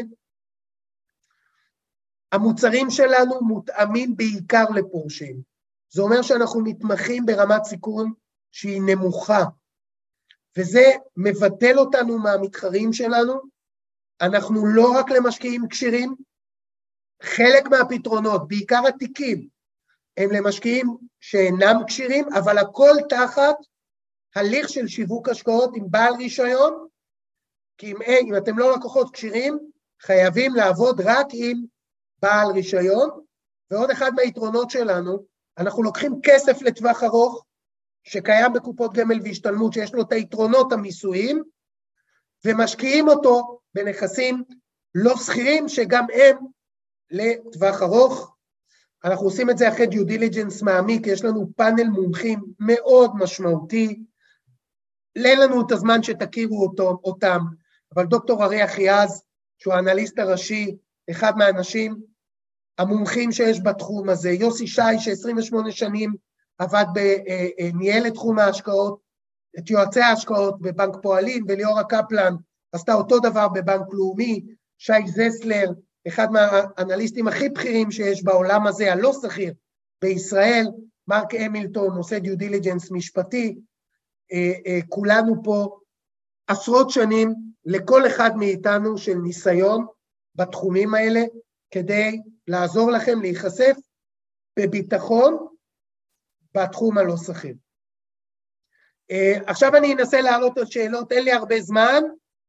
[SPEAKER 3] המוצרים שלנו מותאמים בעיקר לפורשים. זה אומר שאנחנו מתמחים ברמת סיכון שהיא נמוכה, וזה מבטל אותנו מהמתחרים שלנו. אנחנו לא רק למשקיעים קשירים, חלק מהפתרונות, בעיקר התיקים, הם למשקיעים שאינם קשירים, אבל הכל תחת הליך של שיווק השקעות עם בעל רישיון, כי אם, אם אתם לא לקוחות קשירים, חייבים לעבוד רק עם בעל רישיון. ועוד אחד מהיתרונות שלנו, אנחנו לוקחים כסף לטווח ארוך, שקיים בקופות גמל והשתלמות, שיש לו את היתרונות המיסויים, ומשקיעים אותו בנכסים לא סחירים, שגם הם לטווח ארוך. אנחנו עושים את זה אחרי דיו דיליג'נס מעמיק, יש לנו פאנל מומחים מאוד משמעותי, אין לנו את הזמן שתכירו אותו, אותם, אבל דוקטור אריה חיאז, שהוא האנליסט הראשי, אחד מהאנשים המומחים שיש בתחום הזה, יוסי שי, ש-עשרים ושמונה שנים עבד בניהל את תחום ההשקעות, את יועצי ההשקעות בבנק פועלים, וליאורה קפלן עשתה אותו דבר בבנק לאומי, שי זסלר, אחד מהאנליסטים הכי בכירים שיש בעולם הזה, הלא שכיר בישראל, מרק המילטון, עושה דיו דיליג'נס משפטי, כולנו פה עשרות שנים, לכל אחד מאיתנו של ניסיון בתחומים האלה, כדי לעזור לכם להיחשף בביטחון בתחום הלא שכיר. עכשיו אני אנסה להעלות עוד שאלות, אין לי הרבה זמן.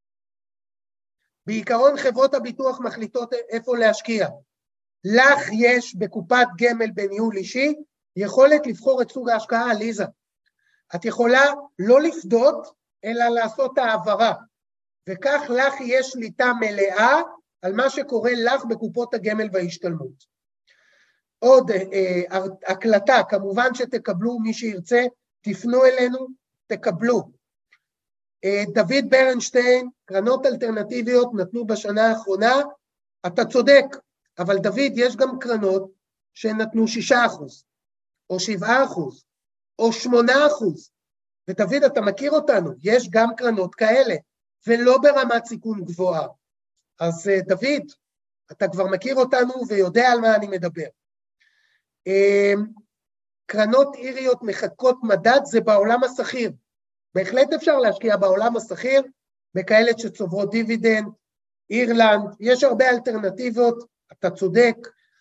[SPEAKER 3] בעיקרון חברות הביטוח מחליטות איפה להשקיע. לך יש בקופת גמל בניהול אישי, יכולת לבחור את סוג ההשקעה, ליזה. את יכולה לא לפדות, אלא לעשות העברה, וכך לך יש שליטה מלאה על מה שקורה לך בקופות הגמל וההשתלמות. עוד אה, הקלטה, כמובן שתקבלו, מי שירצה, תפנו אלינו, תקבלו. אה, דוד ברנשטיין, קרנות אלטרנטיביות נתנו בשנה האחרונה, אתה צודק, אבל דוד, יש גם קרנות שנתנו שישה אחוז, או שבעה אחוז, או שמונה אחוז, ודוד, אתה מכיר אותנו, יש גם קרנות כאלה, ולא ברמת סיכון גבוהה. אז דוד, אתה כבר מכיר אותנו ויודע על מה אני מדבר. קרנות איריות מחכות מדד, זה בעולם השכיר. בהחלט אפשר להשקיע בעולם השכיר, בכאלה שצוברות דיבידנד, אירלנד, יש הרבה אלטרנטיבות, אתה צודק.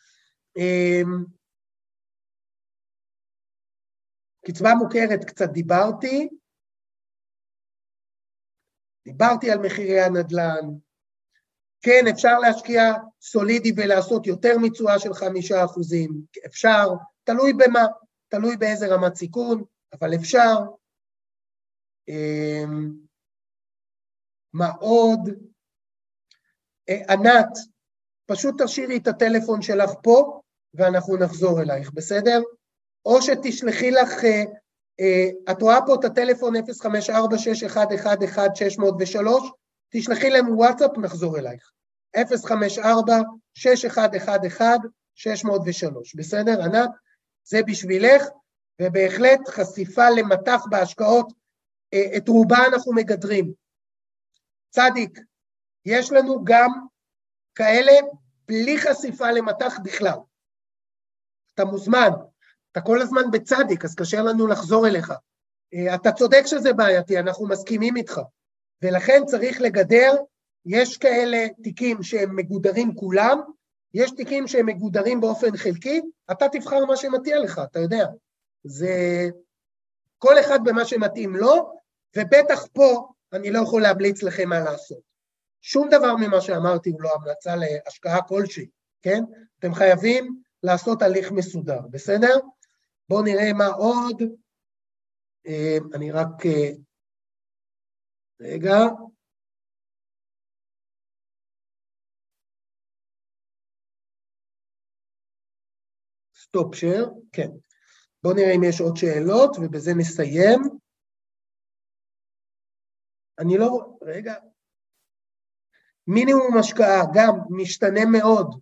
[SPEAKER 3] קצבה מוכרת קצת דיברתי, דיברתי על מחירי הנדל"ן, כן, אפשר להשקיע סולידי ולעשות יותר מצועה של חמישה אחוזים, אפשר, תלוי במה, תלוי באיזה רמת סיכון, אבל אפשר. מה עוד? ענת, פשוט תשאירי את הטלפון שלך פה, ואנחנו נחזור אלייך, בסדר? או שתשלחי לך, את רואה פה את הטלפון אפס חמש ארבע שש אחת אחת אחת שש אפס שלוש, תשלחי לנו וואטסאפ, נחזור אלייך. אפס חמש ארבע שש אחת אחת אחת שש אפס שלוש, בסדר, ענת? זה בשבילך, ובהחלט חשיפה למתח בהשקעות, את רובה אנחנו מגדרים. צדיק, יש לנו גם כאלה בלי חשיפה למתח בכלל. אתה מוזמן, אתה כל הזמן בצדיק, אז קשה לנו לחזור אליך. אתה צודק שזה בעייתי, אנחנו מסכימים איתך. ולכן צריך לגדר, יש כאלה תיקים שהם מגודרים כולם, יש תיקים שהם מגודרים באופן חלקי, אתה תבחר מה שמתאים לך, אתה יודע. זה כל אחד במה שמתאים לו, ובטח פה אני לא יכול להמליץ לכם מה לעשות. שום דבר ממה שאמרתי הוא לא המלצה להשקעה כלשהי, כן? אתם חייבים לעשות הליך מסודר, בסדר? בואו נראה מה עוד. אני רק... רגע. סטופ שייר, כן. בואו נראה אם יש עוד שאלות, ובזה נסיים. אני לא... רגע. מינימום השקעה, גם משתנה מאוד,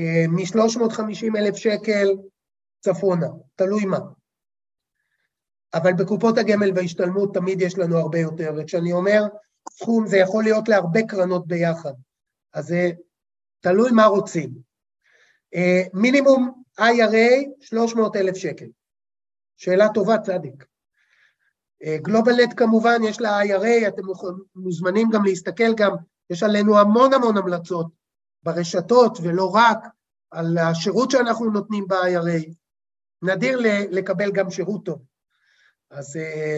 [SPEAKER 3] מ-שלוש מאות וחמישים אלף שקל צפונה, תלוי מה. אבל בקופות הגמל וההשתלמות תמיד יש לנו הרבה יותר, וכשאני אומר סכום זה יכול להיות להרבה קרנות ביחד, אז זה תלוי מה רוצים. מינימום איי אר איי שלוש מאות אלף שקל, שאלה טובה צדיק. גלובלנט כמובן יש לה איי אר איי, אתם מוזמנים גם להסתכל גם, יש עלינו המון המון המלצות ברשתות ולא רק, על השירות שאנחנו נותנים ב-איי אר איי, נדיר לקבל גם שירות טוב. אז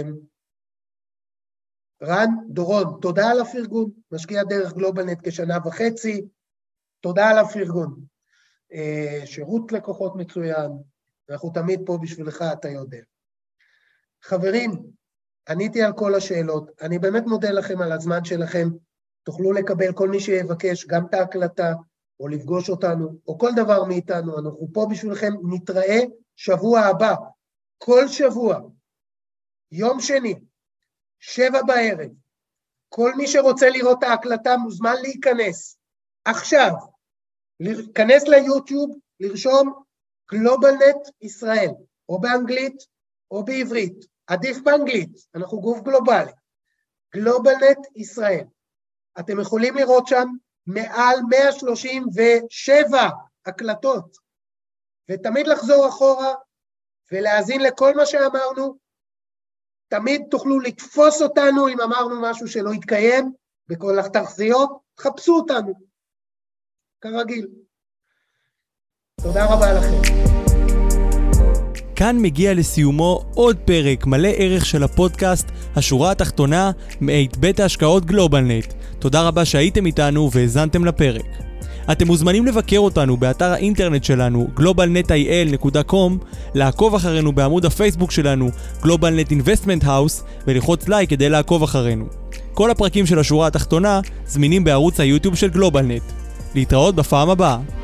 [SPEAKER 3] רן, דורון, תודה על הפרגון, משקיע דרך גלובלנט כשנה וחצי, תודה על הפרגון. שירות לקוחות מצוין, אנחנו תמיד פה בשבילך, אתה יודע. חברים, עניתי על כל השאלות, אני באמת מודה לכם על הזמן שלכם, תוכלו לקבל כל מי שיבקש גם את ההקלטה, או לפגוש אותנו, או כל דבר מאיתנו, אנחנו פה בשבילכם, נתראה שבוע הבא, כל שבוע, יום שני, שבע בערב, כל מי שרוצה לראות את ההקלטה מוזמן להיכנס, עכשיו, להיכנס ליוטיוב, לרשום גלובלנט ישראל, או באנגלית, או בעברית, עדיף באנגלית, אנחנו גוף גלובלי, גלובלנט ישראל, אתם יכולים לראות שם מעל מאה שלושים ושבע הקלטות, ותמיד לחזור אחורה ולהאזין לכל מה שאמרנו, תמיד תוכלו לתפוס אותנו אם אמרנו משהו שלא יתקיים, בכל התחזיות, תחפשו אותנו, כרגיל. תודה רבה לכם.
[SPEAKER 1] כאן מגיע לסיומו עוד פרק מלא ערך של הפודקאסט השורה התחתונה מאת בית ההשקעות גלובלנט. תודה רבה שהייתם איתנו והזנתם לפרק. אתם מוזמנים לבקר אותנו באתר האינטרנט שלנו גלובלנט איי אל נקודה קום, לעקוב אחרינו בעמוד הפייסבוק שלנו גלובלנט אינבסטמנט האוס ולחוץ לייק כדי לעקוב אחרינו. כל הפרקים של השורה התחתונה זמינים בערוץ היוטיוב של גלובלנט. להתראות בפעם הבאה.